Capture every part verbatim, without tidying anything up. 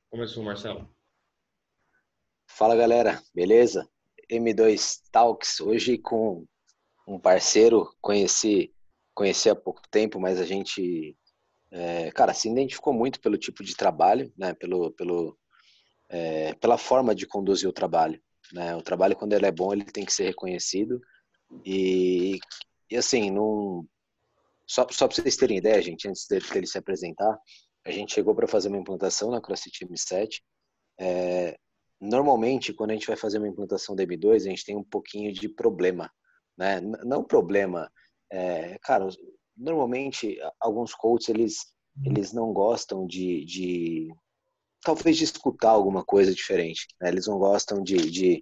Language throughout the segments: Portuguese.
Começou, Marcelo. Fala galera, beleza? M dois Talks, hoje com um parceiro, conheci, conheci há pouco tempo, mas a gente, é, cara, se identificou muito pelo tipo de trabalho, né? Pelo, pelo, é, pela forma de conduzir o trabalho, né? O trabalho, quando ele é bom, ele tem que ser reconhecido e, e assim, não, só, só para vocês terem ideia, gente, antes dele, dele se apresentar, a gente chegou para fazer uma implantação na CrossFit M sete. Normalmente, quando a gente vai fazer uma implantação da M dois, a gente tem um pouquinho de problema, né? Não problema, é, cara, normalmente alguns coaches, eles, eles não gostam de, de, talvez de escutar alguma coisa diferente, né? Eles não gostam de, de,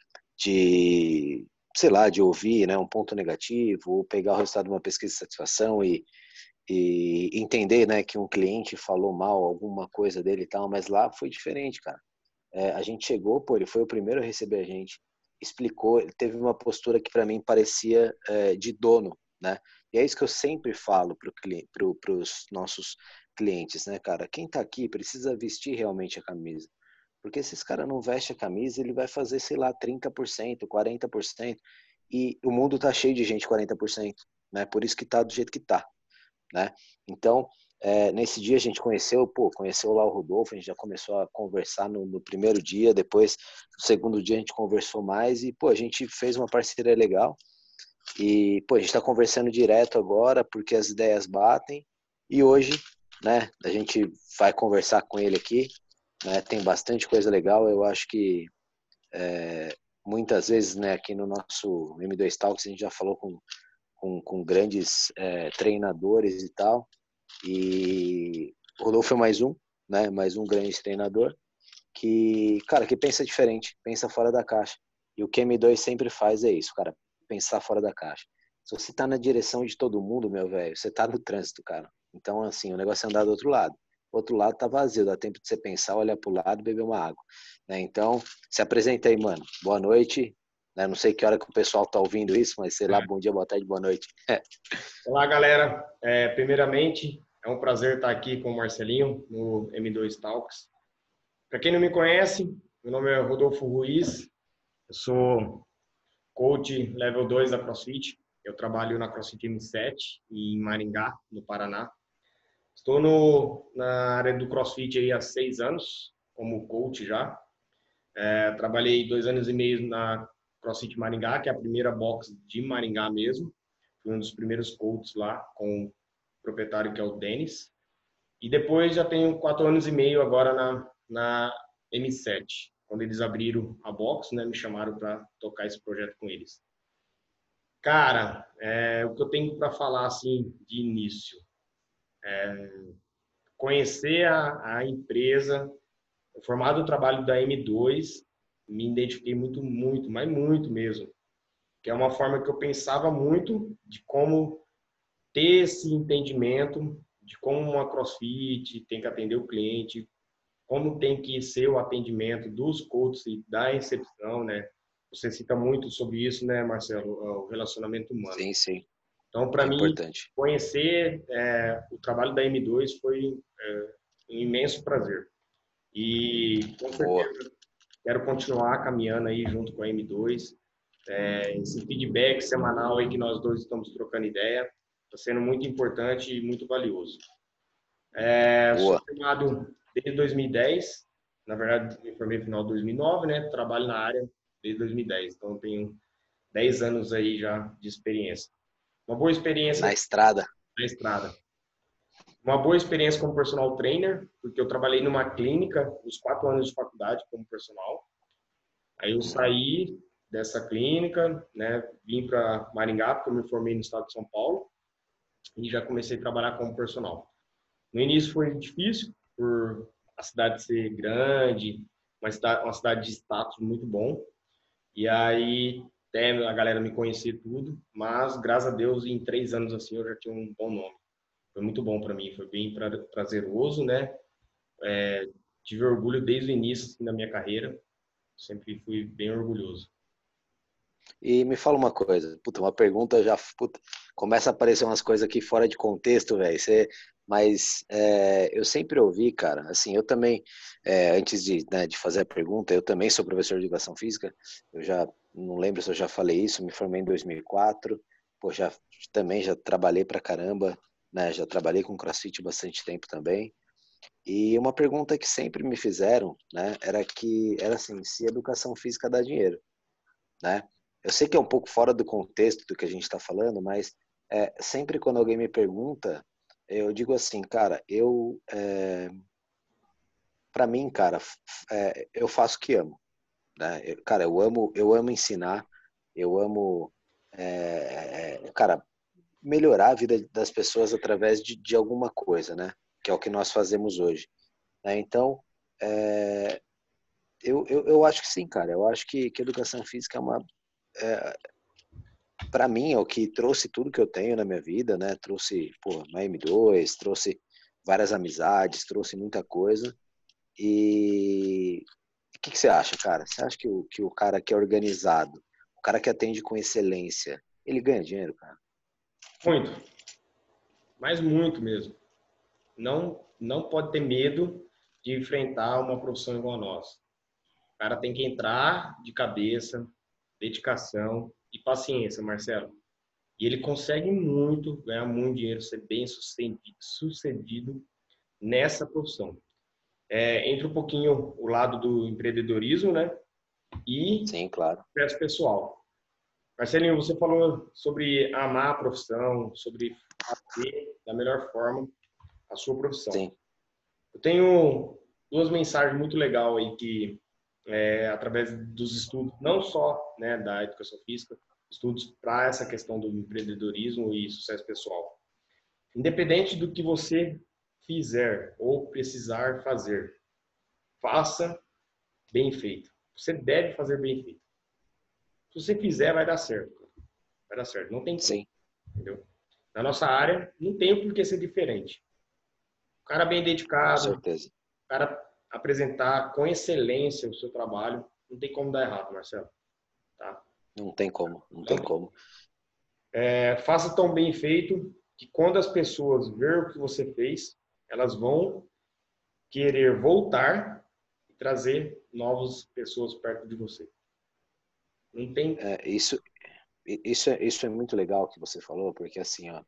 de, sei lá, de ouvir, né, um ponto negativo, ou pegar o resultado de uma pesquisa de satisfação e, e entender, né, que um cliente falou mal alguma coisa dele e tal, mas lá foi diferente, cara. É, a gente chegou, pô, ele foi o primeiro a receber a gente, explicou, ele teve uma postura que para mim parecia é, de dono, né? E é isso que eu sempre falo para pro, os nossos clientes, né, cara? Quem tá aqui precisa vestir realmente a camisa. Porque se esse cara não veste a camisa, ele vai fazer, sei lá, trinta por cento, quarenta por cento. E o mundo tá cheio de gente quarenta por cento, né? Por isso que tá do jeito que tá, né? Então, é, nesse dia a gente conheceu, pô, conheceu lá o Rodolfo, a gente já começou a conversar no, no primeiro dia, depois no segundo dia a gente conversou mais e, pô, a gente fez uma parceria legal e, pô, a gente está conversando direto agora porque as ideias batem e hoje, né, a gente vai conversar com ele aqui, né, tem bastante coisa legal, eu acho que é, muitas vezes, né, aqui no nosso M dois Talks a gente já falou com, com, com grandes é, treinadores e tal, e o Rodolfo é mais um, né? Mais um grande treinador que, cara, que pensa diferente, pensa fora da caixa. E o que M dois sempre faz é isso, cara, pensar fora da caixa. Se você tá na direção de todo mundo, meu velho, você tá no trânsito, cara. Então, assim, o negócio é andar do outro lado. O outro lado tá vazio, dá tempo de você pensar, olhar pro lado e beber uma água. Né? Então, se apresenta aí, mano. Boa noite. Né? Não sei que hora que o pessoal tá ouvindo isso, mas sei lá, bom dia, boa tarde, boa noite. Olá, galera. É, primeiramente, é um prazer estar aqui com o Marcelinho no M dois Talks. Para quem não me conhece, meu nome é Rodolfo Ruiz. Eu sou coach level dois da CrossFit. Eu trabalho na CrossFit M sete em Maringá, no Paraná. Estou no, na área do CrossFit aí há seis anos, como coach já. É, trabalhei dois anos e meio na CrossFit Maringá, que é a primeira box de Maringá mesmo. Fui um dos primeiros coaches lá, com o proprietário que é o Denis. E depois já tenho quatro anos e meio agora na, na M sete. Quando eles abriram a box, né, me chamaram para tocar esse projeto com eles. Cara, é, o que eu tenho para falar assim de início, conhecer a, a empresa, o formato do trabalho da M dois, me identifiquei muito, muito, mas muito mesmo. Que é uma forma que eu pensava muito de como ter esse entendimento de como uma CrossFit tem que atender o cliente, como tem que ser o atendimento dos coaches e da recepção, né? Você cita muito sobre isso, né, Marcelo? O relacionamento humano. Sim, sim, Então, para é mim, importante. conhecer é, o trabalho da M dois foi é, um imenso prazer. E, com Boa. certeza, quero continuar caminhando aí junto com a M dois. É, esse feedback semanal aí que nós dois estamos trocando ideia está sendo muito importante e muito valioso. É, sou Boa. formado desde dois mil e dez, na verdade me formei no final de dois mil e nove, né? Trabalho na área desde dois mil e dez, então tenho dez anos aí já de experiência. Uma boa Na experiência estrada. na estrada. Uma boa experiência como personal trainer, porque eu trabalhei numa clínica os quatro anos de faculdade como personal. Aí eu Uhum. saí dessa clínica, né? Vim para Maringá, porque eu me formei no estado de São Paulo e já comecei a trabalhar como personal. No início foi difícil, por a cidade ser grande, uma cidade, uma cidade de status muito bom. E aí, até a galera me conhecia tudo, mas graças a Deus, em três anos assim, eu já tinha um bom nome. Foi muito bom para mim, foi bem prazeroso, né? É, tive orgulho desde o início assim, da minha carreira, sempre fui bem orgulhoso. E me fala uma coisa, puta, uma pergunta já, puta, começa a aparecer umas coisas aqui fora de contexto, velho. Você Mas é, eu sempre ouvi, cara, assim, eu também, é, antes de, né, de fazer a pergunta, eu também sou professor de educação física, eu já, não lembro se eu já falei isso, me formei em dois mil e quatro, pô, já, também já trabalhei pra caramba, né, já trabalhei com CrossFit bastante tempo também, e uma pergunta que sempre me fizeram, né, era que, era assim, se educação física dá dinheiro, né? Eu sei que é um pouco fora do contexto do que a gente está falando, mas é, sempre quando alguém me pergunta, eu digo assim, cara, eu, é, para mim, cara, é, eu faço o que amo, né? Eu, cara, eu amo, eu amo ensinar, eu amo, é, é, cara, melhorar a vida das pessoas através de, de alguma coisa, né? Que é o que nós fazemos hoje, né? Então, é, eu, eu, eu acho que sim, cara. Eu acho que, que educação física é uma, é, para mim, é o que trouxe tudo que eu tenho na minha vida, né? Trouxe, pô, uma M dois, trouxe várias amizades, trouxe muita coisa. E o que, que você acha, cara? Você acha que o, que o cara que é organizado, o cara que atende com excelência, ele ganha dinheiro, cara? Muito, mas muito mesmo. Não, não pode ter medo de enfrentar uma profissão igual a nossa. O cara tem que entrar de cabeça, dedicação e paciência, Marcelo. E ele consegue muito, ganhar muito dinheiro, ser bem sucedido, sucedido nessa profissão. É, entra um pouquinho o lado do empreendedorismo, né? E Sim, claro. processo pessoal. Marcelinho, você falou sobre amar a profissão, sobre fazer da melhor forma a sua profissão. Sim. Eu tenho duas mensagens muito legais aí que, é, através dos estudos, não só, né, da educação física, estudos para essa questão do empreendedorismo e sucesso pessoal. Independente do que você fizer ou precisar fazer, faça bem feito. Você deve fazer bem feito. Se você fizer, vai dar certo. Vai dar certo. Não tem como, Sim, entendeu? Na nossa área, não tem por que ser diferente. O cara bem com dedicado, o certeza. cara apresentar com excelência o seu trabalho, não tem como dar errado, Marcelo. Tá? Não tem como, não Não tem tem. como. É, faça tão bem feito que quando as pessoas ver o que você fez, elas vão querer voltar e trazer novas pessoas perto de você. Não tem. É, isso, isso, é, isso é muito legal que você falou, porque assim, ó,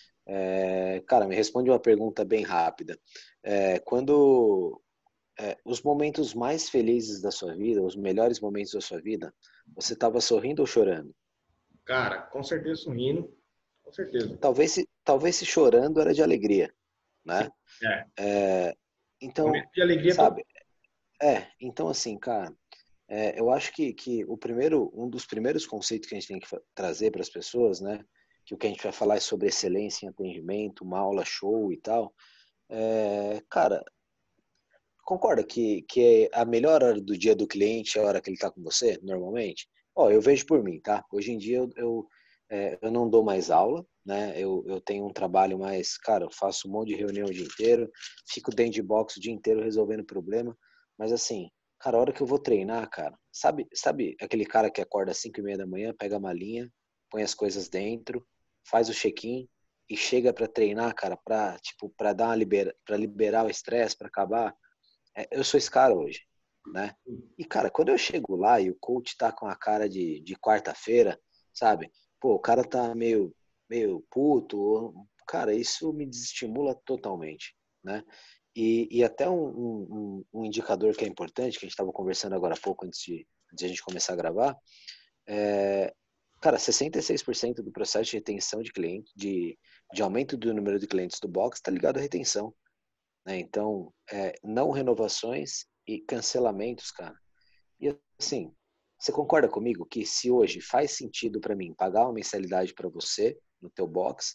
é, cara, me responde uma pergunta bem rápida. É, quando é, os momentos mais felizes da sua vida, os melhores momentos da sua vida, você estava sorrindo ou chorando? Cara, com certeza sorrindo, com certeza. Talvez se, talvez se chorando era de alegria, Sim. né? É. É, então, Momento de alegria total. sabe? É, então assim, cara, é, eu acho que, que o primeiro, um dos primeiros conceitos que a gente tem que fa- trazer para as pessoas, né? Que o que a gente vai falar é sobre excelência em atendimento, uma aula show e tal. É, cara, concorda que, que a melhor hora do dia do cliente é a hora que ele está com você, normalmente? Ó, eu vejo por mim, tá? Hoje em dia eu, eu, é, eu não dou mais aula, né? Eu, eu tenho um trabalho mais, cara, eu faço um monte de reunião o dia inteiro, fico dentro de box o dia inteiro resolvendo problema, mas assim, cara, a hora que eu vou treinar, cara, sabe, sabe aquele cara que acorda às cinco e meia da manhã, pega a malinha, põe as coisas dentro, faz o check-in e chega para treinar, cara, para tipo, para dar uma libera, para liberar o estresse, para acabar. É, eu sou esse cara hoje, né? E, cara, quando eu chego lá e o coach tá com a cara de, de quarta-feira, sabe? Pô, o cara tá meio, meio puto, ou- cara, isso me desestimula totalmente, né? E, e até um, um, um um indicador que é importante, que a gente estava conversando agora há pouco, antes de, antes de a gente começar a gravar, é, cara, sessenta e seis por cento do processo de retenção de cliente, de, de aumento do número de clientes do box, está ligado à retenção, né? Então, é, não renovações e cancelamentos, cara. E assim, você concorda comigo que se hoje faz sentido para mim pagar uma mensalidade para você no teu box,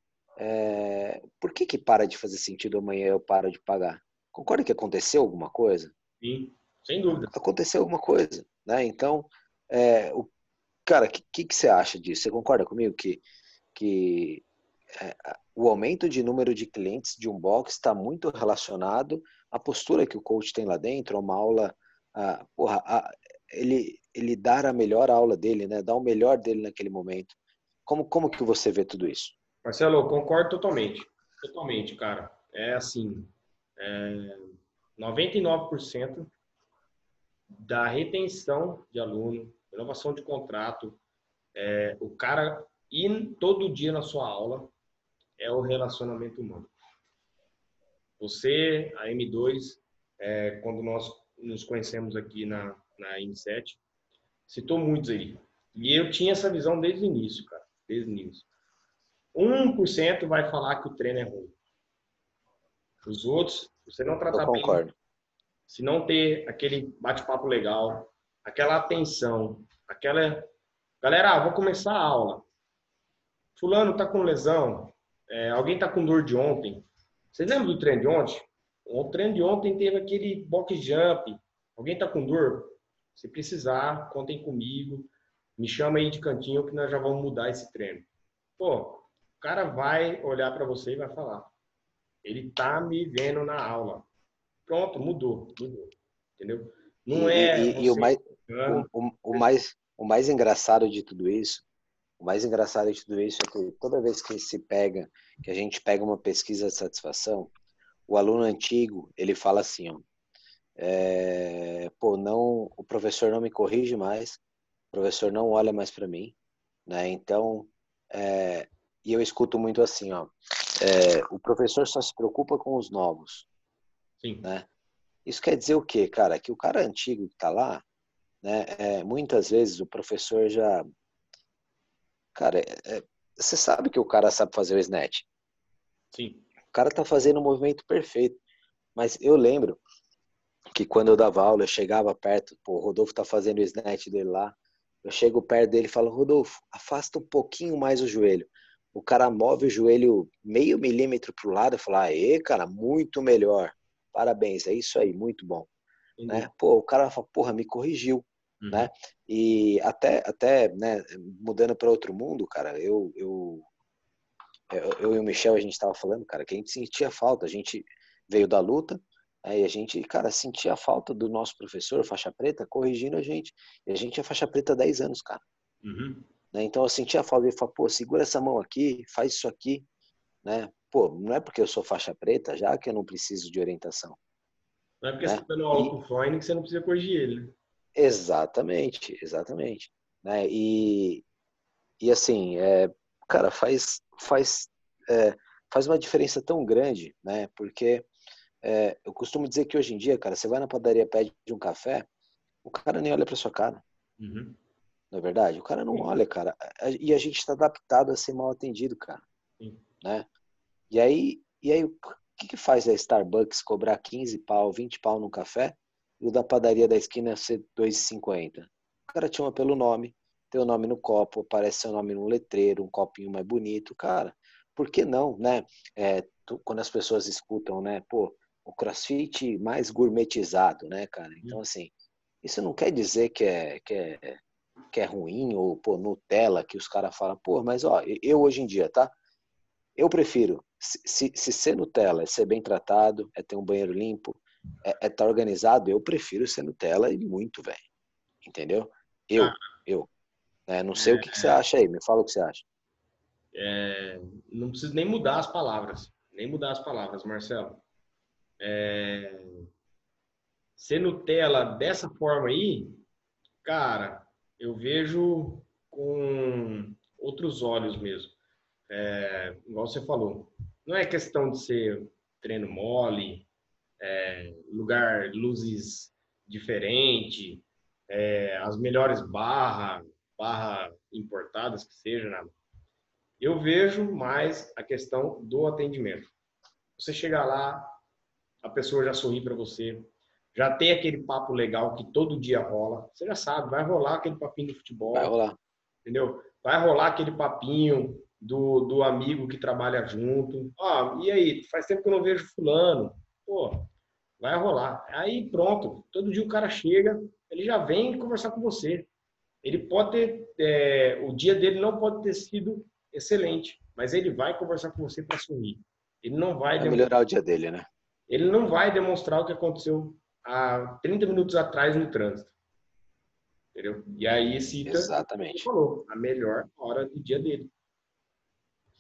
é, por que que para de fazer sentido amanhã eu paro de pagar? Concorda que aconteceu alguma coisa? Sim, sem dúvidas. Aconteceu alguma coisa, né? Então, é, o, cara, o que, que, que você acha disso? Você concorda comigo que, que é, o aumento de número de clientes de um box está muito relacionado à postura que o coach tem lá dentro, a uma aula, a, porra, a, ele, ele dar a melhor aula dele, né? Dar o melhor dele naquele momento. Como, como que você vê tudo isso? Marcelo, eu concordo totalmente. Totalmente, cara. É assim, é, noventa e nove por cento da retenção de aluno, renovação de contrato, é, o cara ir todo dia na sua aula é o relacionamento humano. Você, a M dois, é, quando nós nos conhecemos aqui na, na M sete, citou muitos aí. E eu tinha essa visão desde o início, cara. Desde o início. um por cento vai falar que o treino é ruim. Os outros, se você não Eu tratar bem, concordo. se não ter aquele bate-papo legal, aquela atenção, aquela... Galera, ah, vou começar a aula. Fulano tá com lesão. É, alguém tá com dor de ontem. Vocês lembram do treino de ontem? O treino de ontem teve aquele box jump. Alguém tá com dor? Se precisar, contem comigo. Me chama aí de cantinho que nós já vamos mudar esse treino. Pô, o cara vai olhar para você e vai falar. Ele tá me vendo na aula. Pronto, mudou, mudou. Entendeu? Não E, é e, e, e o você mais, o, explicando. o, o mais, o mais engraçado de tudo isso, o mais engraçado de tudo isso é que toda vez que se pega, que a gente pega uma pesquisa de satisfação, o aluno antigo, ele fala assim, ó, é, pô, não, o professor não me corrige mais, o professor não olha mais para mim, né? Então, é, e eu escuto muito assim, ó, é, o professor só se preocupa com os novos, Sim. né? Isso quer dizer o quê, cara? Que o cara antigo que tá lá, né? É, muitas vezes o professor já, cara, é, é, você sabe que o cara sabe fazer o snatch, Sim. o cara tá fazendo o movimento perfeito, mas eu lembro que quando eu dava aula, eu chegava perto, pô, o Rodolfo tá fazendo o snatch dele lá, eu chego perto dele e falo, Rodolfo, afasta um pouquinho mais o joelho. O cara move o joelho meio milímetro pro lado, eu falo, aê, cara, muito melhor. Parabéns, é isso aí, muito bom. Né? Entendi. Pô, o cara fala, porra, me corrigiu, Uhum. né? E até, até, né, mudando para outro mundo, cara, eu, eu, eu, eu e o Michel, a gente tava falando, cara, que a gente sentia falta, a gente veio da luta, aí a gente, cara, sentia falta do nosso professor, faixa preta, corrigindo a gente. E a gente é faixa preta há dez anos, cara. Uhum. Né? Então eu sentia falta, ele falou, pô, segura essa mão aqui, faz isso aqui, né? Pô, não é porque eu sou faixa preta já que eu não preciso de orientação, Não é porque você né? está dando aula E com o Freud que você não precisa corrigir ele, né? exatamente, exatamente, né? E, e assim, é, cara, faz faz é, faz uma diferença tão grande, né? Porque é, eu costumo dizer que hoje em dia, cara, você vai na padaria, pede um café, o cara nem olha para sua cara, Uhum. não é verdade? O cara não Sim. olha, cara. A- E a gente está adaptado a ser mal atendido, cara, Sim. né? E aí, e aí o que que faz a Starbucks cobrar quinze pau, vinte pau no café e o da padaria da esquina ser dois e cinquenta? O cara te chama pelo nome, teu nome no copo, aparece seu nome num letreiro, um copinho mais bonito, cara. Por que não, né? É, tu- quando as pessoas escutam, né? Pô, o CrossFit mais gourmetizado, né, cara? Então, assim, isso não quer dizer que é, que é, que é ruim ou, pô, Nutella, que os caras falam, pô, mas ó, eu hoje em dia, tá? Eu prefiro, se, se, se ser Nutella é ser bem tratado, é ter um banheiro limpo, é estar é tá organizado, eu prefiro ser Nutella e muito, velho. Entendeu? Cara, Eu, eu. Né? Não sei o que, que você acha aí, me fala o que você acha. é, não preciso nem mudar as palavras. Nem mudar as palavras, Marcelo. Ser Nutella dessa forma aí, cara, eu vejo com outros olhos mesmo. É, igual você falou. Não é questão de ser treino mole, lugar, luzes diferente, é, as melhores barra, barra importadas que seja, né? Eu vejo mais a questão do atendimento. Você chegar lá, a pessoa já sorri para você, já tem aquele papo legal que todo dia rola. Você já sabe, vai rolar aquele papinho do Vai futebol, rolar. entendeu? Vai rolar aquele papinho do, do amigo que trabalha junto. Ó, e aí, faz tempo que eu não vejo fulano. Pô, vai rolar. Aí pronto, todo dia o cara chega, ele já vem conversar com você. Ele pode ter, é, o dia dele não pode ter sido excelente, mas ele vai conversar com você para sorrir. Ele não vai, Vai melhorar o dia dele, né? ele não vai demonstrar o que aconteceu há trinta minutos atrás no trânsito, entendeu? E aí cita o que você Exatamente. falou, a melhor hora do dia dele.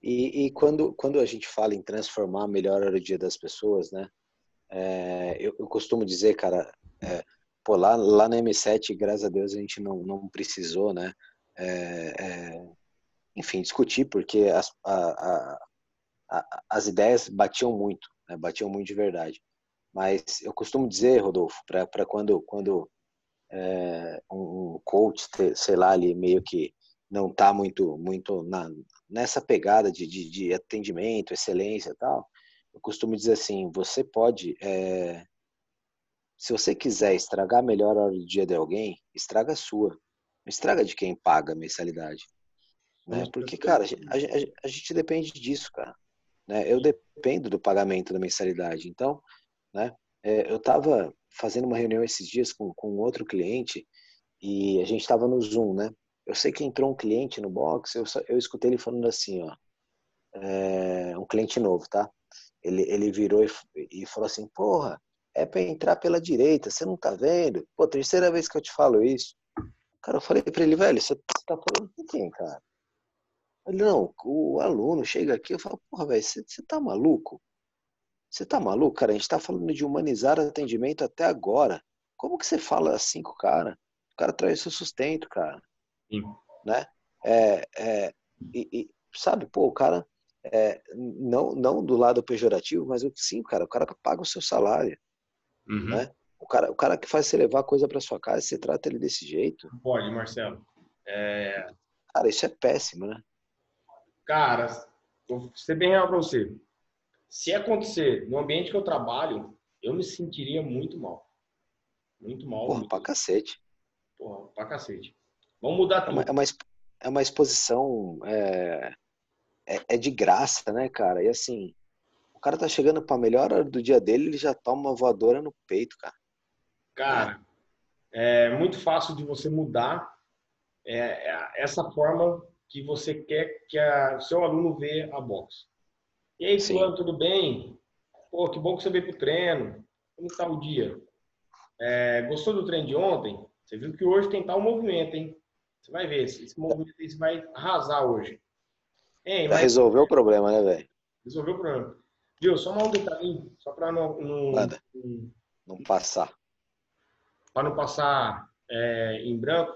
E, e quando, quando a gente fala em transformar, melhor o dia das pessoas, né? É, eu, eu costumo dizer, cara, é, pô, lá, lá na M sete, graças a Deus, a gente não, não precisou, né? É, é, enfim, discutir, porque as, a, a, a, as ideias batiam muito, né? Batiam muito de verdade. Mas eu costumo dizer, Rodolfo, para quando, quando é, um, um coach, sei lá, ali meio que não está muito, muito na, nessa pegada de, de, de atendimento, excelência e tal, eu costumo dizer assim, você pode, é, se você quiser estragar a melhor hora do dia de alguém, estraga a sua. Não estraga de quem paga a mensalidade. Com Né? Porque, cara, a, certeza. a, a gente depende disso, cara. Né? Eu dependo do pagamento da mensalidade. Então, né, é, eu estava fazendo uma reunião esses dias com, com outro cliente e a gente estava no Zoom, né? Eu sei que entrou um cliente no box, eu, só- eu escutei ele falando assim, ó, é, um cliente novo, tá? Ele, ele virou e, e falou assim, porra, é para entrar pela direita, você não tá vendo? Pô, terceira vez que eu te falo isso. Cara, eu falei para ele, velho, você, você tá falando com quem, cara? Ele, não, o aluno chega aqui, eu falo, porra, velho, você, você tá maluco? Você tá maluco, cara? A gente tá falando de humanizar o atendimento até agora. Como que você fala assim com o cara? O cara traz seu sustento, cara, Sim. né? É, é, e, e, sabe, pô, o cara, é, não, não do lado pejorativo, mas eu- sim, cara, o cara paga o seu salário, Uhum. né? O cara, o cara que faz você levar coisa para sua casa, você trata ele desse jeito, Pode, Marcelo. É, cara, isso é péssimo, né? cara, vou ser bem real para você. Se acontecer no ambiente que eu trabalho, eu me sentiria muito mal. Muito mal Porra, pra mesmo. cacete. Porra, pra cacete. Vamos mudar É uma, tudo. é uma, exp- é uma exposição, é, é, é de graça, né, cara? E assim, o cara tá chegando pra melhor hora do dia dele, ele já toma uma voadora no peito, cara, né? Cara, é muito fácil de você mudar é, é essa forma que você quer que o seu aluno vê a box. E aí, Sim. fulano, tudo bem? Pô, que bom que você veio pro treino. Como está o dia? É, gostou do treino de ontem? Você viu que hoje tem tal movimento, hein? Você vai ver, esse, esse movimento aí você vai arrasar hoje. Hein, Já mas resolveu o problema, né, velho? resolveu o problema. Viu? Só mal um detalhinho, só para não, não, Manda, não passar. para não passar é, em branco.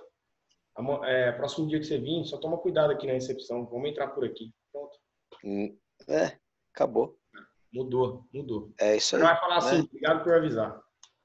É, próximo dia que você vir, só toma cuidado aqui na recepção. Vamos entrar por aqui. Pronto. Hum, É, acabou. Mudou, mudou. É isso Você vai aí, falar assim, né? obrigado por avisar.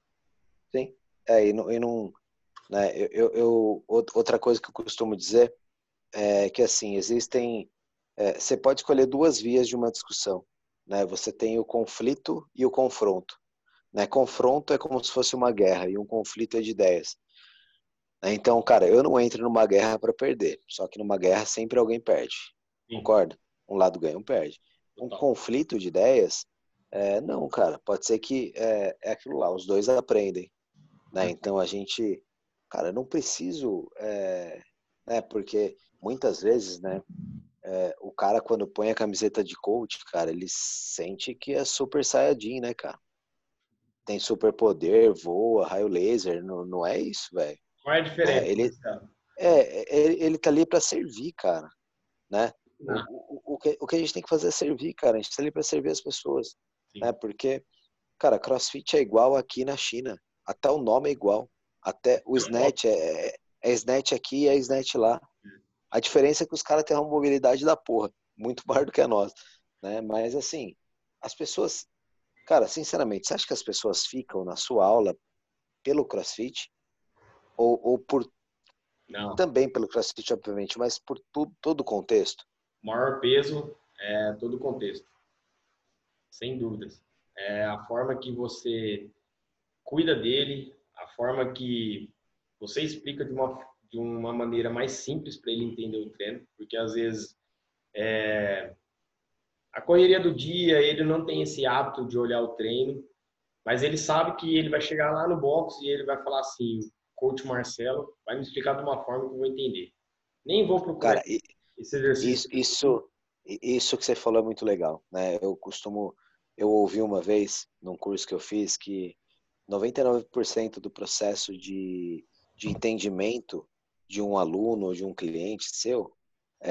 Sim. É, e não, e não, né? Eu, eu, eu- out- outra coisa que eu costumo dizer é que assim existem, é, você pode escolher duas vias de uma discussão, né? Você tem o conflito e o confronto, né? Confronto é como se fosse uma guerra e um conflito é de ideias. Né? Então, cara, eu não entro numa guerra para perder, só que numa guerra sempre alguém perde, Sim, concorda? Um lado ganha, um perde. Um total. conflito de ideias, é, não, cara, pode ser que é, é aquilo lá, os dois aprendem, né? Então a gente, cara, eu não preciso, é, né? Porque muitas vezes, né? É, o cara quando põe a camiseta de coach, cara, ele sente que é super saiyajin, né, cara? Tem super poder, voa, raio laser, não, não é isso, velho. Qual é a Né? diferença, Ele, Marcelo? é, ele, ele tá ali para servir, cara, né? O, Não, o, o, que, o que a gente tem que fazer é servir, cara. A gente tá ali para servir as pessoas, sim. né? Porque, cara, CrossFit é igual aqui na China. Até o nome é igual. Até o É um nome. Snatch é, é, é Snatch aqui e é Snatch lá. A diferença é que os caras têm uma mobilidade da porra, muito maior do que a nossa, né? Mas assim, as pessoas, cara, sinceramente, você acha que as pessoas ficam na sua aula pelo CrossFit ou, ou por Não. também pelo CrossFit, obviamente, mas por tudo, todo o contexto? O maior peso é todo o contexto, sem dúvidas. É a forma que você cuida dele, a forma que você explica de uma, de uma maneira mais simples para ele entender o treino, porque às vezes a correria do dia, ele não tem esse hábito de olhar o treino, mas ele sabe que ele vai chegar lá no box e ele vai falar assim, coach Marcelo vai me explicar de uma forma que eu vou entender. Nem vou procurar Cara, e- esse exercício. isso, isso, isso que você falou é muito legal, né? Eu costumo, eu ouvi uma vez num curso que eu fiz que noventa e nove por cento do processo de, de entendimento de um aluno ou de um cliente seu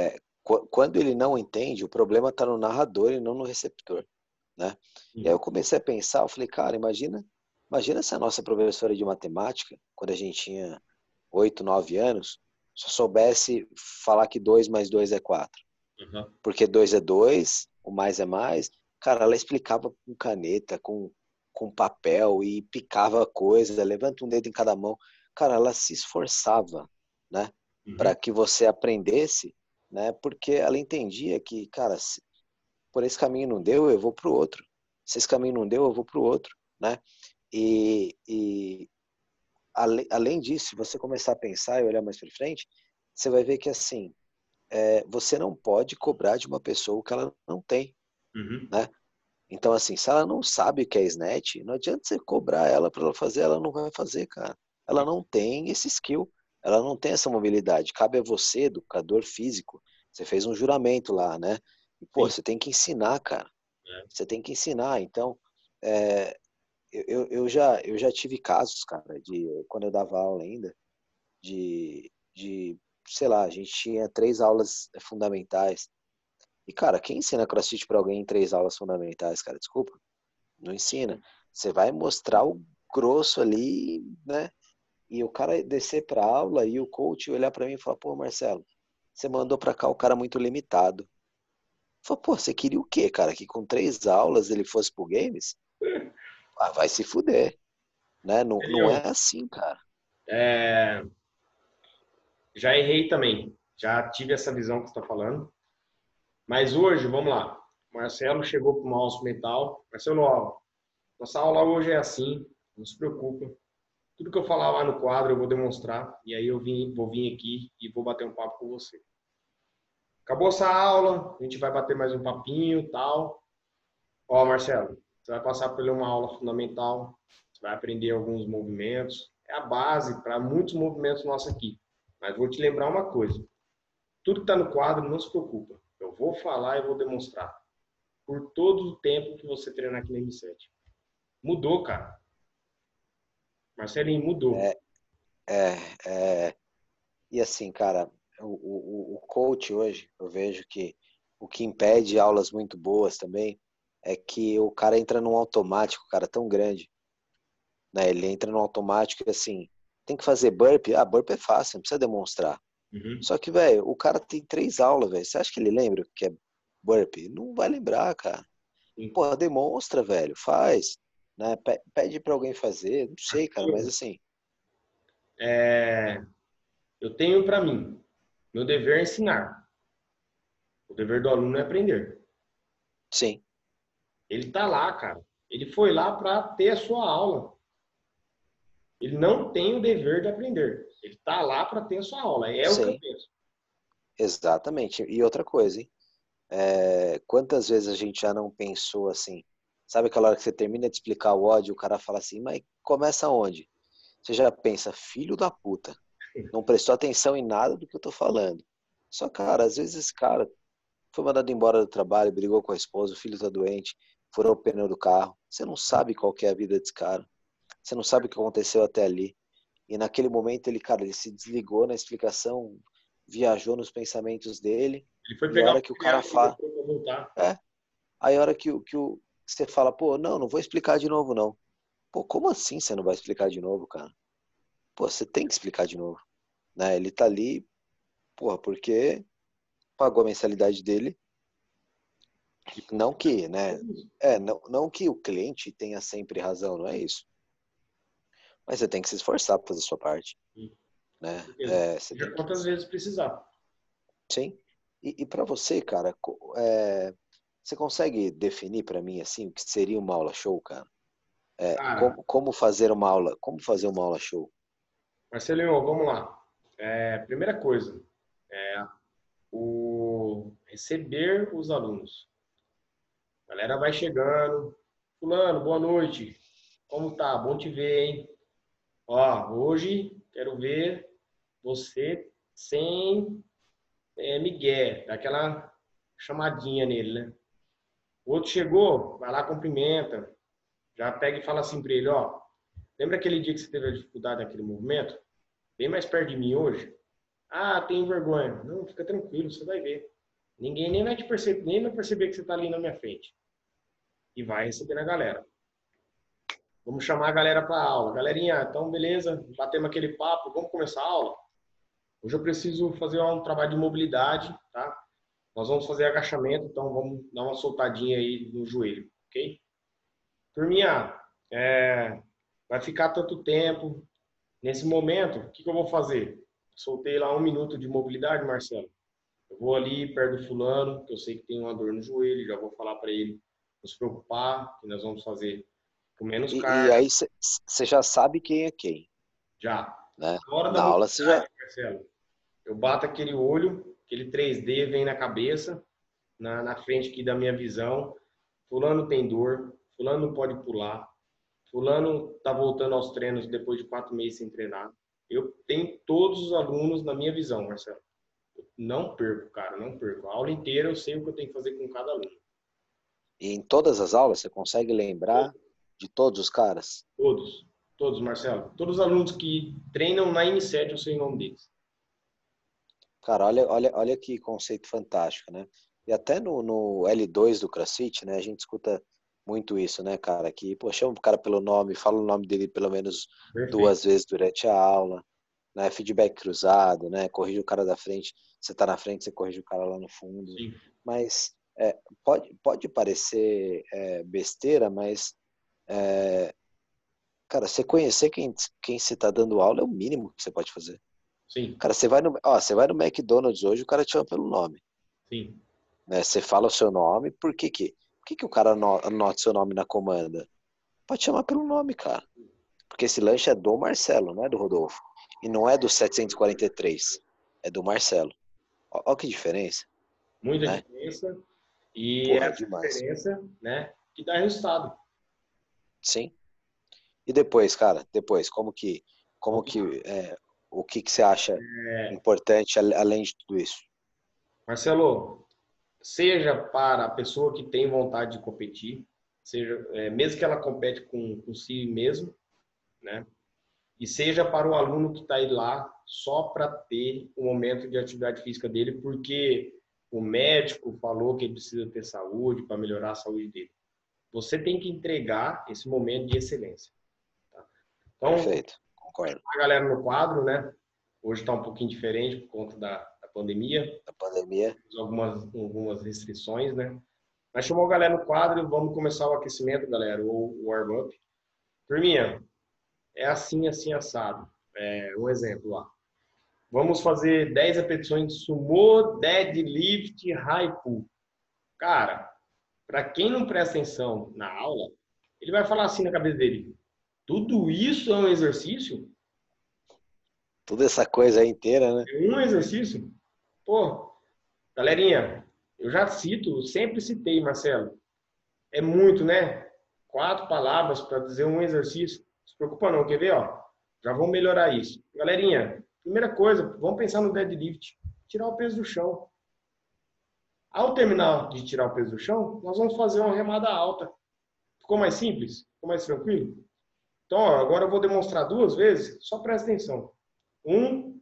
quando ele não entende, o problema está no narrador e não no receptor, né? E aí eu comecei a pensar, eu falei, cara, imagina, imagina se a nossa professora de matemática, quando a gente tinha oito, nove anos, só soubesse falar que dois mais dois é quatro. Uhum. Porque dois é dois, o mais é mais. Cara, ela explicava com caneta, com, com papel e picava coisa, levanta um dedo em cada mão. Cara, ela se esforçava, né? Uhum. Para que você aprendesse, né? Porque ela entendia que, cara, se por esse caminho não deu, eu vou pro outro. Se esse caminho não deu, eu vou pro outro, né? E, e ale, além disso, se você começar a pensar e olhar mais para frente, você vai ver que assim, é, você não pode cobrar de uma pessoa o que ela não tem, Uhum. né? Então, assim, se ela não sabe o que é snatch, não adianta você cobrar ela para ela fazer, ela não vai fazer, cara. Ela não tem esse skill, ela não tem essa mobilidade. Cabe a você, educador físico, você fez um juramento lá, né? E, pô, Sim. você tem que ensinar, cara. É. Você tem que ensinar. Então, é, eu, eu, já, eu já tive casos, cara, de quando eu dava aula ainda, de, de sei lá, a gente tinha três aulas fundamentais. E, cara, quem ensina CrossFit pra alguém em três aulas fundamentais, cara? Desculpa, não ensina. Você vai mostrar o grosso ali, né? E o cara descer pra aula e o coach olhar pra mim e falar, pô, Marcelo, você mandou pra cá o cara muito limitado. Falei, pô, você queria o quê, cara? Que com três aulas ele fosse pro games? Ah, vai se fuder, né? Não, não Elion, é assim, cara. é, já errei também. Já tive essa visão que você está falando. Mas hoje, vamos lá. O Marcelo chegou para o nosso mental. Marcelo, ó, nossa aula hoje é assim. Não se preocupa. Tudo que eu falar lá no quadro eu vou demonstrar. E aí eu vim, vou vir aqui e vou bater um papo com você. Acabou essa aula. A gente vai bater mais um papinho e tal. Ó, Marcelo, você vai passar por uma aula fundamental. Você vai aprender alguns movimentos. É a base para muitos movimentos nossos aqui. Mas vou te lembrar uma coisa. Tudo que está no quadro, não se preocupa. Eu vou falar e vou demonstrar. Por todo o tempo que você treinar aqui na M sete. Mudou, cara. Marcelinho, mudou. É, é, é... E assim, cara, o, o, o coach hoje, eu vejo que o que impede aulas muito boas também é que o cara entra num automático, cara, tão grande, né? Ele entra num automático e assim, tem que fazer burpee? Ah, burpee é fácil, não precisa demonstrar. Uhum. Só que, velho, o cara tem três aulas, velho. Você acha que ele lembra o que é burpee? Não vai lembrar, cara. Sim. Pô, demonstra, velho, faz, né? Pe- Pede pra alguém fazer, não sei, cara, mas assim, É, eu tenho para mim, meu dever é ensinar. O dever do aluno é aprender. sim, Ele tá lá, cara. Ele foi lá para ter a sua aula. Ele não tem o dever de aprender. Ele tá lá para ter a sua aula. É o que eu sim, penso. exatamente. E outra coisa, hein? É, quantas vezes a gente já não pensou assim? Sabe aquela hora que você termina de explicar o ódio, o cara fala assim, mas começa onde? Você já pensa, filho da puta, não prestou atenção em nada do que eu tô falando. Só, cara, às vezes esse cara foi mandado embora do trabalho, brigou com a esposa, o filho tá doente, furou o pneu do carro. Você não sabe qual que é a vida desse cara. Você não sabe o que aconteceu até ali. E naquele momento ele, cara, ele se desligou na explicação, viajou nos pensamentos dele, Ele foi e a pegar o hora que o cara material e fala, depois vai voltar. é, aí a hora que, o- que, o, que você fala, pô, não, não vou explicar de novo, não. Pô, como assim você não vai explicar de novo, cara? Pô, você tem que explicar de novo, né? Ele tá ali, porra, porque pagou a mensalidade dele. Não que, né? É, não, não que o cliente tenha sempre razão, não é isso. Mas você tem que se esforçar para fazer a sua parte, Com né? certeza. É, você Seja tem que, quantas vezes precisar. sim. E, e para você, cara, co- é, você consegue definir para mim assim o que seria uma aula show, cara? É, Cara, como, como fazer uma aula, como fazer uma aula show? Marcelinho, vamos lá. É, primeira coisa, o receber os alunos. A galera vai chegando. Fulano, boa noite. Como tá? Bom te ver, hein? Ó, hoje quero ver você sem é, migué, daquela chamadinha nele, né? O outro chegou, vai lá, cumprimenta. Já pega e fala assim pra ele, ó. Lembra aquele dia que você teve a dificuldade naquele movimento? Vem mais perto de mim hoje. Ah, tenho vergonha. Não, fica tranquilo, você vai ver. Ninguém nem vai te perceber, nem vai perceber que você está ali na minha frente. E vai receber a galera. Vamos chamar a galera para a aula. Galerinha, então beleza, batemos aquele papo, vamos começar a aula? Hoje eu preciso fazer um trabalho de mobilidade, tá? Nós vamos fazer agachamento, então vamos dar uma soltadinha aí no joelho, ok? Turminha, é, vai ficar tanto tempo. Nesse momento, o que, que eu vou fazer? Soltei lá um minuto de mobilidade, Marcelo. Eu vou ali perto do fulano, que eu sei que tem uma dor no joelho, já vou falar para ele não se preocupar, que nós vamos fazer com menos E, e carga. aí você já sabe quem é quem, Já. né? Na hora da Na aula você já... mobilidade, Marcelo, eu bato aquele olho, aquele três D vem na cabeça, na, na frente aqui da minha visão. Fulano tem dor, fulano não pode pular, fulano está voltando aos treinos depois de quatro meses sem treinar. Eu tenho todos os alunos na minha visão, Marcelo. Não perco, cara, não perco. A aula inteira eu sei o que eu tenho que fazer com cada aluno. E em todas as aulas você consegue lembrar de todos os caras? Todos, todos, Marcelo. Todos os alunos que treinam na N sete, eu sei o nome deles. Cara, olha, olha, olha que conceito fantástico, né? E até no, no L dois do CrossFit, né, a gente escuta muito isso, né, cara? Que, pô, chama o cara pelo nome, fala o nome dele pelo menos Perfeito. duas vezes durante a aula, né? Feedback cruzado, né? Corrige o cara da frente, você tá na frente, você corrige o cara lá no fundo. Sim. Mas é, pode, pode parecer é, besteira, mas, é, cara, você conhecer quem, quem você tá dando aula é o mínimo que você pode fazer. Sim, Cara, você vai no, ó, você vai no McDonald's hoje, o cara te chama pelo nome, sim. né? Você fala o seu nome, por que que, por que que o cara ano- anota seu nome na comanda? Pode chamar pelo nome, cara. Porque esse lanche é do Marcelo, não é do Rodolfo. E não é do setecentos e quarenta e três, é do Marcelo. Ó, ó que diferença, Muita né? diferença. E Porra, essa demais. diferença, né, que dá resultado. Sim. E depois, cara, depois, como que, como que, é, o que que você acha importante ale- além de tudo isso? Marcelo, seja para a pessoa que tem vontade de competir, seja, é, mesmo que ela compete com, com si mesmo, né? E seja para o aluno que está aí lá só para ter o momento de atividade física dele, porque o médico falou que ele precisa ter saúde para melhorar a saúde dele. Você tem que entregar esse momento de excelência. Tá? Então, Perfeito, concordo. a galera no quadro, né? Hoje está um pouquinho diferente por conta da, da pandemia, A pandemia, algumas, algumas restrições, né? Mas chamou a galera no quadro e vamos começar o aquecimento, galera, ou o warm-up. Turminha, é assim, assim, assado. É, um exemplo lá. Vamos fazer dez repetições de sumô, deadlift, high pull. Cara, para quem não presta atenção na aula, ele vai falar assim na cabeça dele: tudo isso é um exercício? toda essa coisa aí inteira, né? É um exercício? Pô, galerinha, eu já cito, sempre citei, Marcelo. É muito, né? Quatro palavras para dizer um exercício. Não se preocupa não, quer ver? Ó, já vamos melhorar isso. Galerinha, primeira coisa, vamos pensar no deadlift. Tirar o peso do chão. Ao terminar de tirar o peso do chão, nós vamos fazer uma remada alta. Ficou mais simples? Ficou mais tranquilo? Então, ó, agora eu vou demonstrar duas vezes, só presta atenção. Um,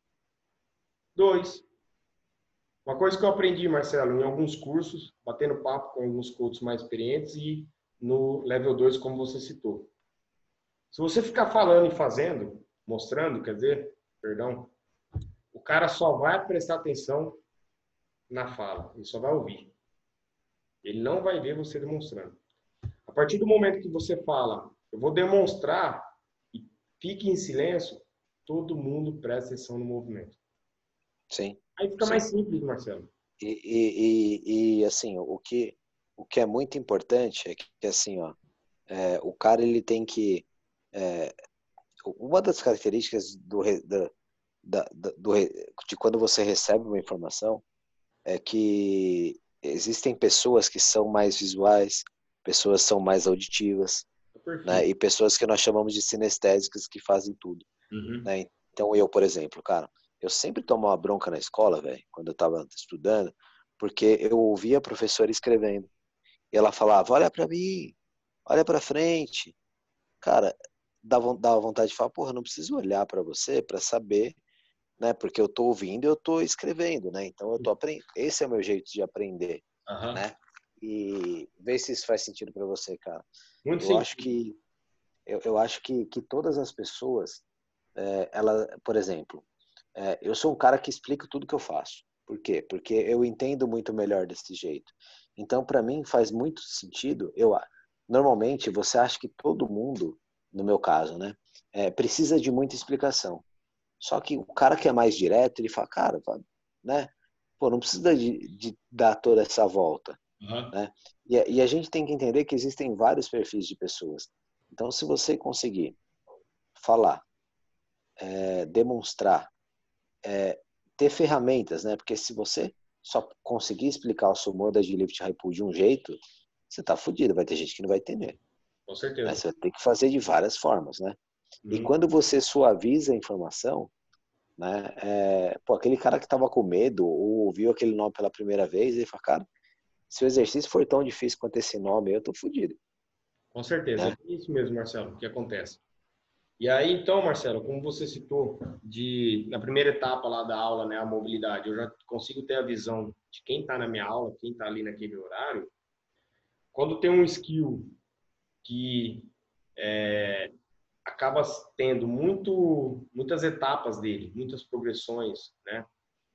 dois. Uma coisa que eu aprendi, Marcelo, em alguns cursos, batendo papo com alguns coaches mais experientes e no level dois, como você citou. Se você ficar falando e fazendo, mostrando, quer dizer, perdão, o cara só vai prestar atenção na fala, ele só vai ouvir. Ele não vai ver você demonstrando. A partir do momento que você fala, eu vou demonstrar e fique em silêncio, todo mundo presta atenção no movimento. Sim, Aí fica sim. mais simples, Marcelo. E, e, e, e, assim, o que, o que é muito importante é que, assim, ó, é, o cara ele tem que... É, uma das características do, re- da, da, da- do, re- de quando você recebe uma informação é que existem pessoas que são mais visuais, pessoas são mais auditivas, É né? perfeito. E pessoas que nós chamamos de sinestésicas que fazem tudo, Uhum. né? Então eu, por exemplo, cara, eu sempre tomo uma bronca na escola, velho, quando eu tava estudando, porque eu ouvia a professora escrevendo. E ela falava, olha pra mim, olha pra frente. Cara, dava, dava vontade de falar, porra, não preciso olhar pra você pra saber, né? Porque eu tô ouvindo e eu tô escrevendo, né? Então eu tô aprendendo. Esse é o meu jeito de aprender, Aham. né? E vê se isso faz sentido para você, cara. Muito Eu sim. acho que eu, eu acho que, que todas as pessoas, é, ela, por exemplo, é, eu sou um cara que explica tudo que eu faço. Por quê? Porque eu entendo muito melhor desse jeito. Então, para mim, faz muito sentido. Eu normalmente você acha que todo mundo, no meu caso, né, é, precisa de muita explicação. Só que o cara que é mais direto, ele fala, cara, né, pô, não precisa de, de dar toda essa volta, Aham. né? E, a- e a gente tem que entender que existem vários perfis de pessoas. Então, se você conseguir falar, é, demonstrar, ter ferramentas, né? Porque se você só conseguir explicar o seu modo de lift high pull de um jeito, você tá fudido, vai ter gente que não vai entender, Com né? certeza. Você vai ter que fazer de várias formas, né? E Uhum. quando você suaviza a informação, né? É, pô, aquele cara que tava com medo ou ouviu aquele nome pela primeira vez, ele fala, cara, se o exercício for tão difícil quanto esse nome, eu tô fudido, Com certeza. né? É isso mesmo, Marcelo, que acontece. E aí, então, Marcelo, como você citou de na primeira etapa lá da aula, né, a mobilidade, eu já consigo ter a visão de quem está na minha aula, quem está ali naquele horário. Quando tem um skill que acaba tendo muito, muitas etapas dele, muitas progressões, né?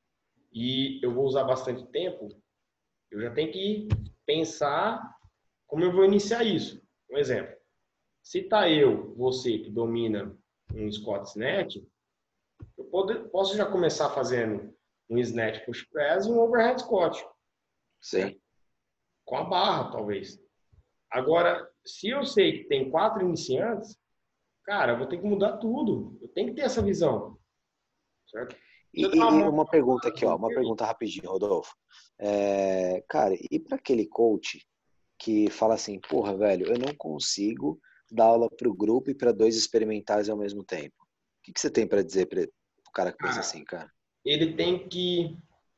E eu vou usar bastante tempo, eu já tenho que pensar como eu vou iniciar isso. Um exemplo, se tá eu, você que domina um squat snatch, eu pode, posso já começar fazendo um snatch push press e um overhead squat, né? Sim. Com a barra, talvez. Agora, se eu sei que tem quatro iniciantes, cara, eu vou ter que mudar tudo. Eu tenho que ter essa visão, certo? E, Deixa eu dar e- uma e mão. uma pergunta aqui, ó, uma pergunta rapidinho, Rodolfo. É, cara, e para aquele coach que fala assim, porra, velho, eu não consigo dar aula pro grupo e para dois experimentais ao mesmo tempo. O que, que você tem para dizer para o cara que pensa Cara, assim, cara? ele tem que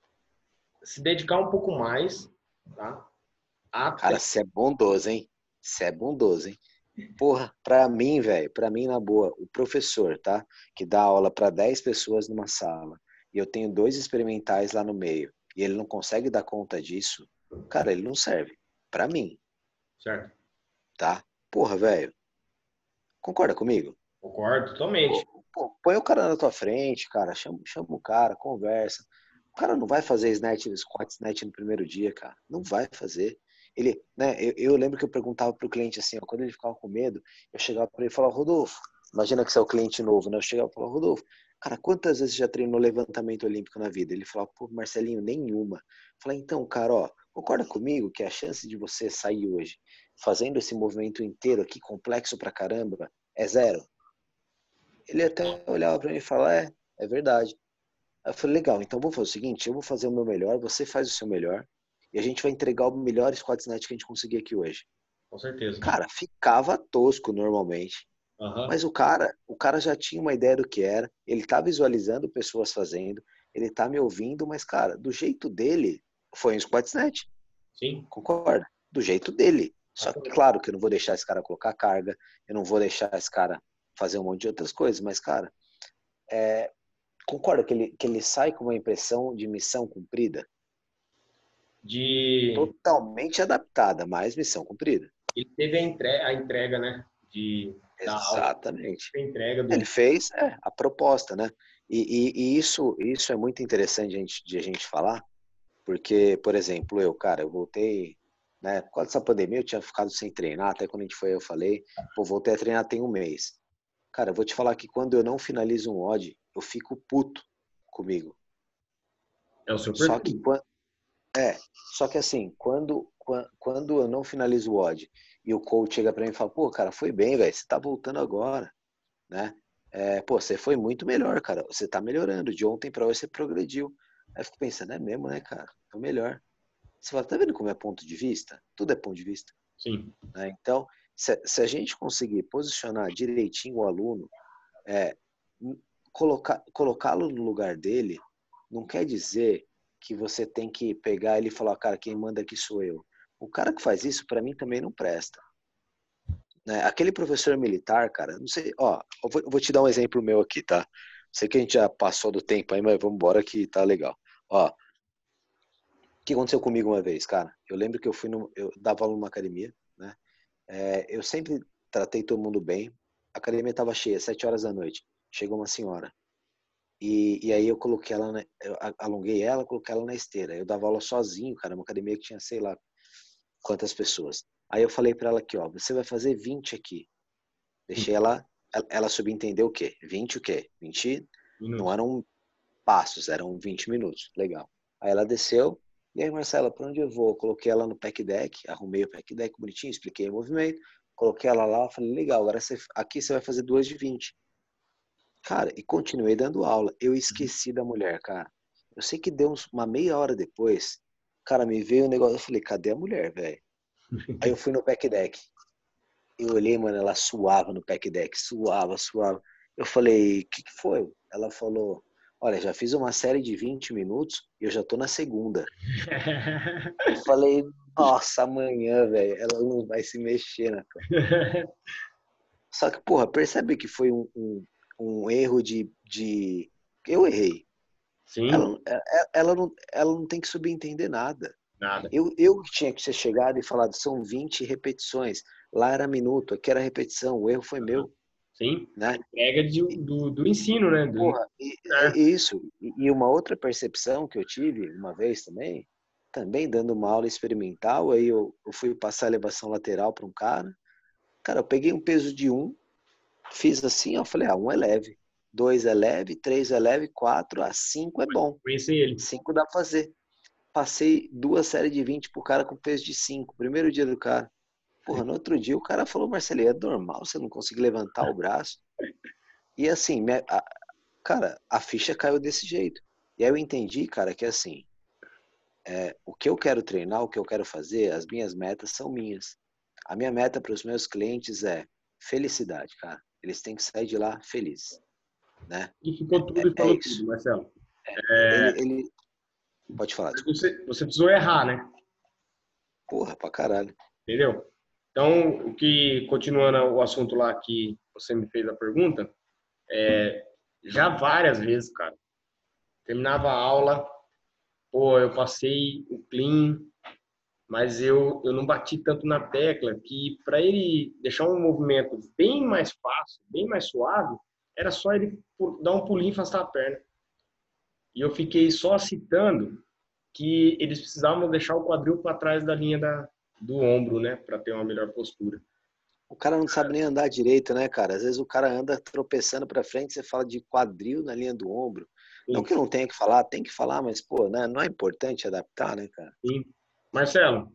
se dedicar um pouco mais, tá? Cara, Até, você é bondoso, hein? Você é bondoso, hein? Porra, pra mim, velho, pra mim, na boa, o professor, tá? Que dá aula pra dez pessoas numa sala, e eu tenho dois experimentais lá no meio, e ele não consegue dar conta disso, cara, ele não serve. Pra mim, certo? tá? Porra, velho, concorda comigo? Concordo totalmente. Pô, pô, põe o cara na tua frente, cara, chama, chama o cara, conversa. O cara não vai fazer snatch, squat snatch no primeiro dia, cara. Não vai fazer. Ele, né, eu, eu lembro que eu perguntava pro cliente assim, ó, quando ele ficava com medo, eu chegava para ele e falava, Rodolfo, imagina que você é o cliente novo, né? Eu chegava e falava, Rodolfo, cara, quantas vezes você já treinou levantamento olímpico na vida? Ele falava, pô, Marcelinho, nenhuma. Eu falei, então, cara, ó, concorda comigo que a chance de você sair hoje fazendo esse movimento inteiro aqui, complexo pra caramba, é zero? Ele até olhava para mim e falava, é, é verdade. Aí eu falei, legal, então vamos fazer o seguinte, eu vou fazer o meu melhor, você faz o seu melhor, e a gente vai entregar o melhor squat snatch que a gente conseguir aqui hoje. Com certeza. Cara, ficava tosco normalmente, Aham. mas o cara, o cara já tinha uma ideia do que era, ele tá visualizando pessoas fazendo, ele tá me ouvindo, mas cara, do jeito dele, foi um squat snatch, Sim. concorda? Do jeito dele. Só que Exatamente. claro que eu não vou deixar esse cara colocar carga, eu não vou deixar esse cara fazer um monte de outras coisas, mas cara, concorda que ele, que ele sai com uma impressão de missão cumprida? De Totalmente adaptada, mas missão cumprida. ele teve a entrega, a entrega, né? De da aula, Exatamente. a entrega Ele do. fez é, a proposta, né? E, e, e isso, isso é muito interessante de a gente, de a gente falar, porque, por exemplo, eu, cara, eu voltei, né? Por causa dessa pandemia, eu tinha ficado sem treinar, até quando a gente foi, eu falei, pô, voltei a treinar tem um mês. Cara, eu vou te falar que quando eu não finalizo um odd, eu fico puto comigo. É o seu Só que perfil. quando É, só que assim, quando, quan- quando eu não finalizo o odd e o coach chega pra mim e fala, pô, cara, foi bem, velho, você tá voltando agora, né? É, pô, você foi muito melhor, cara, você tá melhorando, de ontem pra hoje você progrediu. Aí eu fico pensando, é mesmo, né, cara? Tô melhor. Você fala, tá vendo como é ponto de vista? Tudo é ponto de vista, Sim. né? Então, se, se a gente conseguir posicionar direitinho o aluno, é, colocar, colocá-lo no lugar dele, não quer dizer que você tem que pegar ele e falar, cara, quem manda aqui sou eu. O cara que faz isso, para mim, também não presta. Né? Aquele professor militar, cara, não sei, ó, eu vou, eu vou te dar um exemplo meu aqui, tá? Sei que a gente já passou do tempo aí, mas vamos embora que tá legal. Ó, o que aconteceu comigo uma vez, cara? Eu lembro que eu fui no, eu dava aula numa academia, né? É, eu sempre tratei todo mundo bem. A academia tava cheia, sete horas da noite. Chegou uma senhora. E, e aí eu coloquei ela, na, eu alonguei ela, coloquei ela na esteira. Eu dava aula sozinho, cara, uma academia que tinha, sei lá, quantas pessoas. Aí eu falei pra ela aqui, ó, você vai fazer vinte aqui. Deixei ela, ela, ela subentender o quê? vinte o quê? vinte não Minutos. eram passos, eram vinte minutos. Legal. Aí ela desceu, e aí, Marcela, pra onde eu vou? Eu coloquei ela no pack deck, arrumei o pack deck bonitinho, expliquei o movimento, coloquei ela lá, falei, legal, agora você, aqui você vai fazer duas de vinte. Cara, e continuei dando aula. Eu esqueci da mulher, cara. Eu sei que deu uns, uma meia hora depois, cara, me veio um negócio, eu falei, cadê a mulher, velho? Aí eu fui no pack deck. Eu olhei, mano, ela suava no pack deck, suava, suava. Eu falei, o que que foi? Ela falou, olha, já fiz uma série de vinte minutos e eu já tô na segunda. Eu falei, nossa, amanhã, velho, ela não vai se mexer na cama. Só que, porra, percebe que foi um, um, um erro de, de... Eu errei. Sim, Ela, ela, ela, não, ela não tem que subentender nada. nada. Eu, eu que tinha que ser chegado e falado, são vinte repetições. Lá era minuto, aqui era repetição, o erro foi meu, Sim, a né? entrega de, do, do ensino, né? Do, Porra, e, é, e isso. E, e uma outra percepção que eu tive uma vez também, também dando uma aula experimental, aí eu, eu fui passar a elevação lateral para um cara. Cara, eu peguei um peso de um, fiz assim, ó, falei, ah, um é leve, dois é leve, três é leve, quatro, ah, cinco é bom. conhecer ele. Cinco dá pra fazer. Passei duas séries de vinte pro cara com peso de cinco. Primeiro dia do cara. Porra, no outro dia o cara falou, Marcelo, é normal você não conseguir levantar o braço. E assim, me- a- cara, a ficha caiu desse jeito. E aí eu entendi, cara, que assim, é, o que eu quero treinar, o que eu quero fazer, as minhas metas são minhas. A minha meta para os meus clientes é felicidade, cara. Eles têm que sair de lá felizes, né? E ficou É, tudo e é falou isso. tudo, Marcelo. Ele, ele... Pode falar, Mas desculpa. Você, você precisou errar, né? Porra, pra caralho. Entendeu? Então, o que, continuando o assunto lá que você me fez a pergunta, já várias vezes, cara, terminava a aula, pô, eu passei o clean, mas eu, eu não bati tanto na tecla que para ele deixar um movimento bem mais fácil, bem mais suave, era só ele dar um pulinho e afastar a perna. E eu fiquei só citando que eles precisavam deixar o quadril para trás da linha da, do ombro, né, para ter uma melhor postura. O cara não sabe nem andar direito, né, cara? Às vezes o cara anda tropeçando pra frente, você fala de quadril na linha do ombro. Não Sim, que eu não tenha que falar, tem que falar, mas, pô, né, não é importante adaptar, né, cara? sim. Marcelo,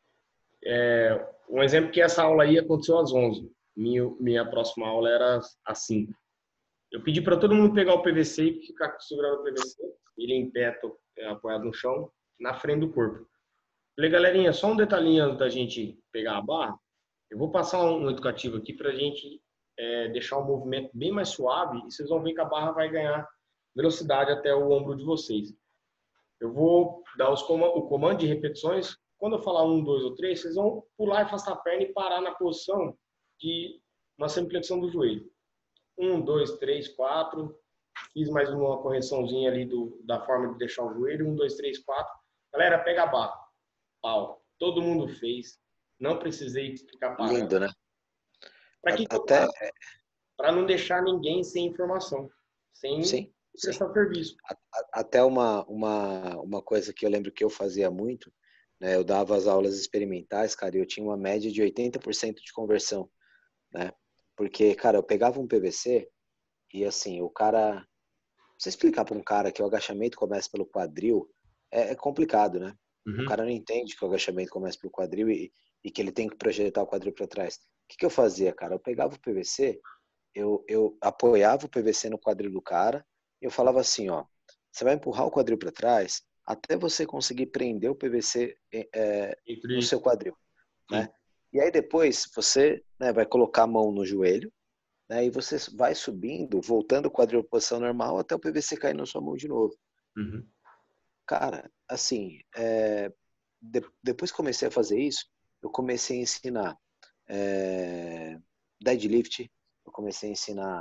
um exemplo que essa aula aí aconteceu às onze. Minha, minha próxima aula era às cinco. Eu pedi para todo mundo pegar o P V C e ficar segurando o P V C, ele em pé, é, apoiado no chão, na frente do corpo. Falei, galerinha, só um detalhinho antes da gente pegar a barra. Eu vou passar um educativo aqui para a gente é, deixar o movimento bem mais suave e vocês vão ver que a barra vai ganhar velocidade até o ombro de vocês. Eu vou dar os com o comando de repetições. Quando eu falar um, dois ou três, vocês vão pular e afastar a perna e parar na posição de uma semiflexão do joelho. Um, dois, três, quatro. Fiz mais uma correçãozinha ali do, da forma de deixar o joelho. Um, dois, três, quatro. Galera, pega a barra. Pau. Todo mundo fez. Não precisei ficar parando. Lindo, né? Para que, A- que eu Até, faço? Para não deixar ninguém sem informação, sem sim, sim. prestar serviço. A- a- Até uma, uma, uma coisa que eu lembro que eu fazia muito, né? Eu dava as aulas experimentais, cara, e eu tinha uma média de oitenta por cento de conversão, né? Porque, cara, eu pegava um P V C e, assim, o cara... Você explicar para um cara que o agachamento começa pelo quadril é, é complicado, né? O Uhum. cara não entende que o agachamento começa pelo quadril e, e que ele tem que projetar o quadril para trás. O que, que eu fazia, cara? Eu pegava o P V C, eu, eu apoiava o P V C no quadril do cara e eu falava assim, ó, você vai empurrar o quadril para trás até você conseguir prender o P V C é, no Entre. seu quadril, Sim. né? E aí depois você, né, vai colocar a mão no joelho, né, e você vai subindo, voltando o quadril à posição normal até o P V C cair na sua mão de novo. Uhum. Cara, assim, é, de, depois que comecei a fazer isso, eu comecei a ensinar é, deadlift, eu comecei a ensinar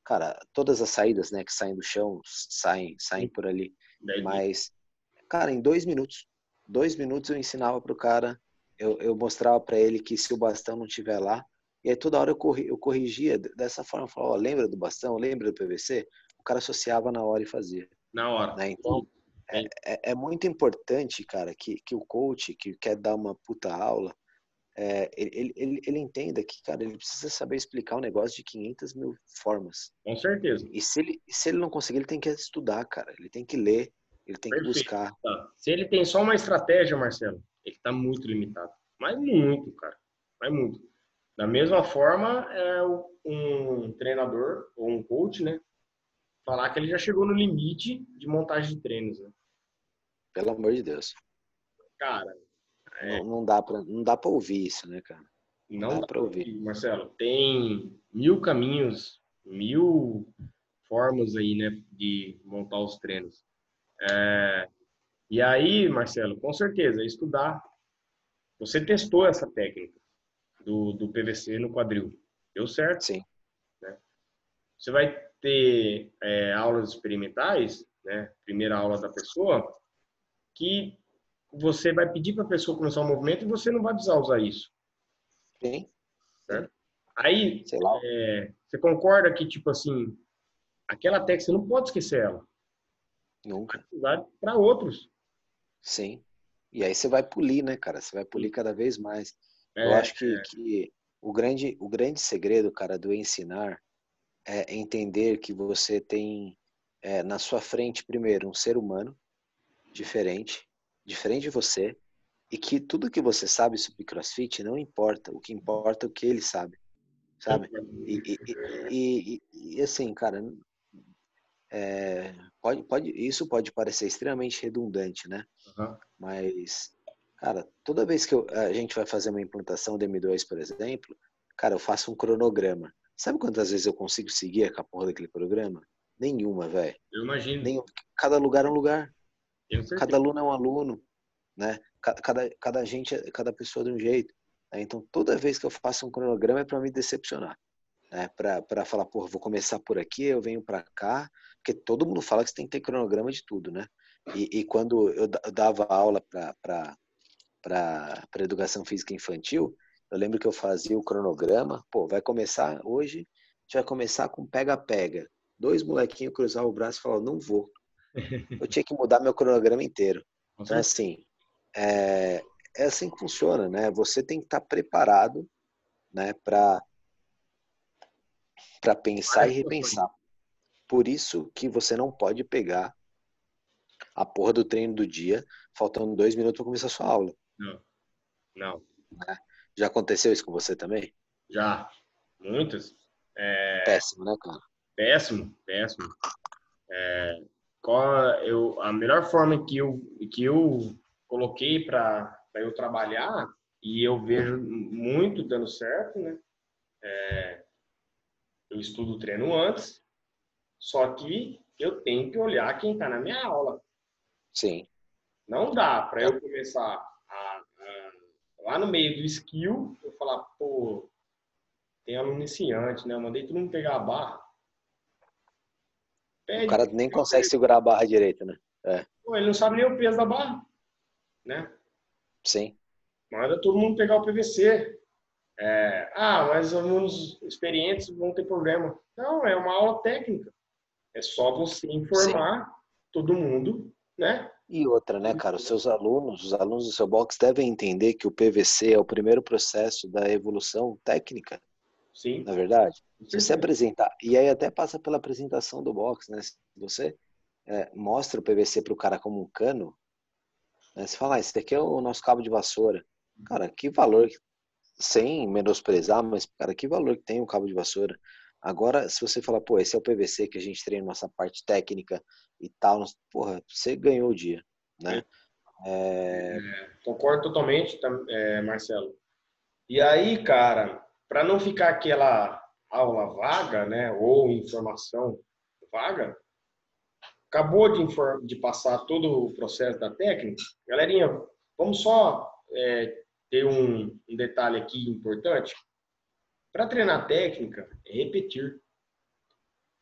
cara, todas as saídas, né, que saem do chão, saem, saem por ali. Mas, cara, em dois minutos, dois minutos eu ensinava pro cara, eu, eu mostrava para ele que se o bastão não estiver lá, e aí toda hora eu, corri, eu corrigia dessa forma, eu falava, ó, lembra do bastão, lembra do P V C? O cara associava na hora e fazia, Na hora. né? Então, é, é, é muito importante, cara, que, que o coach que quer dar uma puta aula, é, ele, ele, ele entenda que, cara, ele precisa saber explicar um negócio de quinhentas mil formas. Com certeza. E se ele, se ele não conseguir, ele tem que estudar, cara. Ele tem que ler, ele tem que Perfeito. buscar. Tá. Se ele tem só uma estratégia, Marcelo, ele está muito limitado. Mas muito, cara. Mas muito. Da mesma forma, é um treinador ou um coach, né? Falar que ele já chegou no limite de montagem de treinos, né? Pelo amor de Deus. Cara, é, não, não dá pra, não dá pra ouvir isso, né, cara? Não, não dá, dá pra ouvir. Marcelo, tem mil caminhos, mil formas aí, né, de montar os treinos. É, e aí, Marcelo, com certeza, estudar. Você testou essa técnica do, do P V C no quadril. Deu certo. Sim. Né? Você vai ter é, aulas experimentais, né? Primeira aula da pessoa, que você vai pedir para a pessoa começar o movimento e você não vai precisar usar isso. Sim. Certo? Sim. Aí, Sei lá. é, você concorda que, tipo assim, aquela técnica, você não pode esquecer ela. Nunca. Vai usar para outros. Sim. E aí você vai polir, né, cara? Você vai polir cada vez mais. Eu É, acho que, que o, grande, o grande segredo, cara, do ensinar é entender que você tem é, na sua frente, primeiro, um ser humano diferente, diferente de você, e que tudo que você sabe sobre CrossFit não importa. O que importa é o que ele sabe, sabe? E, e, e, e, e assim, cara, é, pode, pode, isso pode parecer extremamente redundante, né? uhum. Mas, cara, toda vez que eu, a gente vai fazer uma implantação de M dois, por exemplo, cara, eu faço um cronograma. Sabe quantas vezes eu consigo seguir a porra daquele programa? Nenhuma, velho. Eu imagino. Nenhum. Cada lugar é um lugar. Tenho Cada certeza. aluno é um aluno, né? Cada, cada gente, cada pessoa de um jeito. Né? Então, toda vez que eu faço um cronograma é para me decepcionar. Né? Para falar, pô, vou começar por aqui, eu venho para cá. Porque todo mundo fala que você tem que ter cronograma de tudo, né? E, e quando eu dava aula para educação física infantil, eu lembro que eu fazia o cronograma. Pô, vai começar hoje, a gente vai começar com pega-pega. Dois molequinhos cruzavam o braço e falavam, não vou. Eu tinha que mudar meu cronograma inteiro. Com Então, certeza. assim, é, é assim que funciona, né? Você tem que estar preparado, né, para para pensar e Várias situações. repensar. Por isso que você não pode pegar a porra do treino do dia, faltando dois minutos para começar a sua aula. Não, não. Né? Já aconteceu isso com você também? Já. Muitas. É, Péssimo, né, cara? péssimo, péssimo. É, qual eu, a melhor forma que eu, que eu coloquei para eu trabalhar, e eu vejo muito dando certo, né? Eu estudo o treino antes, só que eu tenho que olhar quem está na minha aula. Sim. Não dá para É, eu começar a, a, lá no meio do skill, eu falar, pô, tem aluno iniciante, né? Eu mandei todo mundo pegar a barra. o Pede, cara nem consegue segurar a barra direita, né? É, pô, ele não sabe nem o peso da barra, né? sim. Manda todo mundo pegar o P V C. É, ah, mas alunos experientes vão ter problema. Não, é uma aula técnica. É só você Sim. informar todo mundo, né? E outra, né, cara? Os seus alunos, os alunos do seu box devem entender que o P V C é o primeiro processo da evolução técnica, Sim, na verdade. com Se você certeza. apresentar, e aí até passa pela apresentação do box, né? Se você é, mostra o P V C para o cara como um cano, né? Você fala, ah, esse daqui é o nosso cabo de vassoura. Cara, que valor, sem menosprezar, mas, cara, que valor que tem o cabo de vassoura. Agora, se você falar, pô, esse é o P V C que a gente treina nossa parte técnica e tal, porra, você ganhou o dia, né? É... Concordo totalmente, é, Marcelo. E aí, cara, para não ficar aquela aula vaga, né, ou informação vaga, acabou de, inform de passar todo o processo da técnica. Galerinha, vamos só é, ter um, um detalhe aqui importante. Para treinar técnica, é repetir.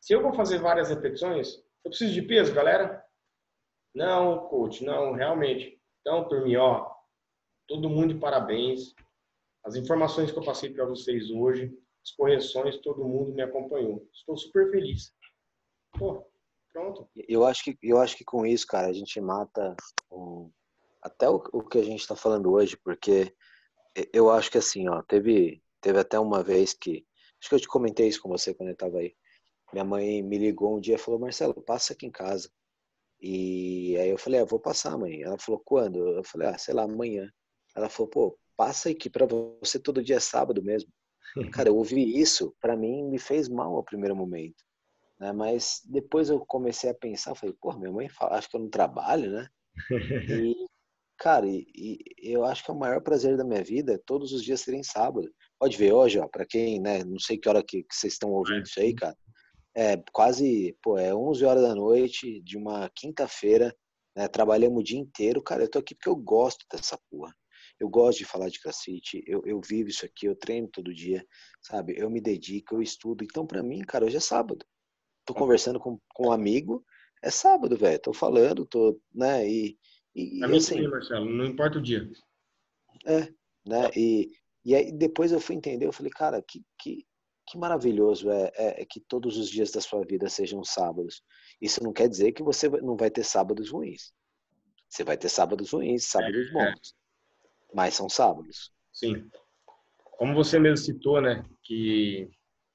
Se eu vou fazer várias repetições, eu preciso de peso, galera? Não, coach, não, realmente. Então, turminha, ó, todo mundo de parabéns. As informações que eu passei para vocês hoje, as correções, todo mundo me acompanhou. Estou super feliz. Pô, pronto. Eu acho que, eu acho que com isso, cara, a gente mata um, até o, o que a gente está falando hoje, porque eu acho que assim, ó, teve, teve até uma vez que, acho que eu te comentei isso com você quando eu estava aí. Minha mãe me ligou um dia e falou, Marcelo, passa aqui em casa. E aí eu falei, ah, vou passar, mãe. Ela falou, quando? Eu falei, ah, sei lá, amanhã. Ela falou, pô, passa aqui pra você todo dia é sábado mesmo. Cara, eu ouvi isso, pra mim me fez mal ao primeiro momento, né? Mas depois eu comecei a pensar, eu falei, pô, minha mãe fala, acho que eu não trabalho, né? E, cara, e, e eu acho que é o maior prazer da minha vida é todos os dias serem sábado. Pode ver hoje, ó, pra quem, né, não sei que hora que, que vocês estão ouvindo isso aí, cara. É quase, pô, é onze horas da noite de uma quinta-feira, né? Trabalhamos o dia inteiro. Cara, eu tô aqui porque eu gosto dessa porra. Eu gosto de falar de CrossFit, eu, eu vivo isso aqui, eu treino todo dia, sabe? Eu me dedico, eu estudo. Então, pra mim, cara, hoje é sábado. Tô conversando com, com um amigo, é sábado, velho. Tô falando, tô, né? E, Pra e, e mim também, assim, Marcelo, não importa o dia. é, né? E, e aí depois eu fui entender, eu falei, cara, que, que, que maravilhoso é, é, é que todos os dias da sua vida sejam sábados. Isso não quer dizer que você não vai ter sábados ruins. Você vai ter sábados ruins, sábados É, bons, mas são sábados. sim. Como você mesmo citou, né, que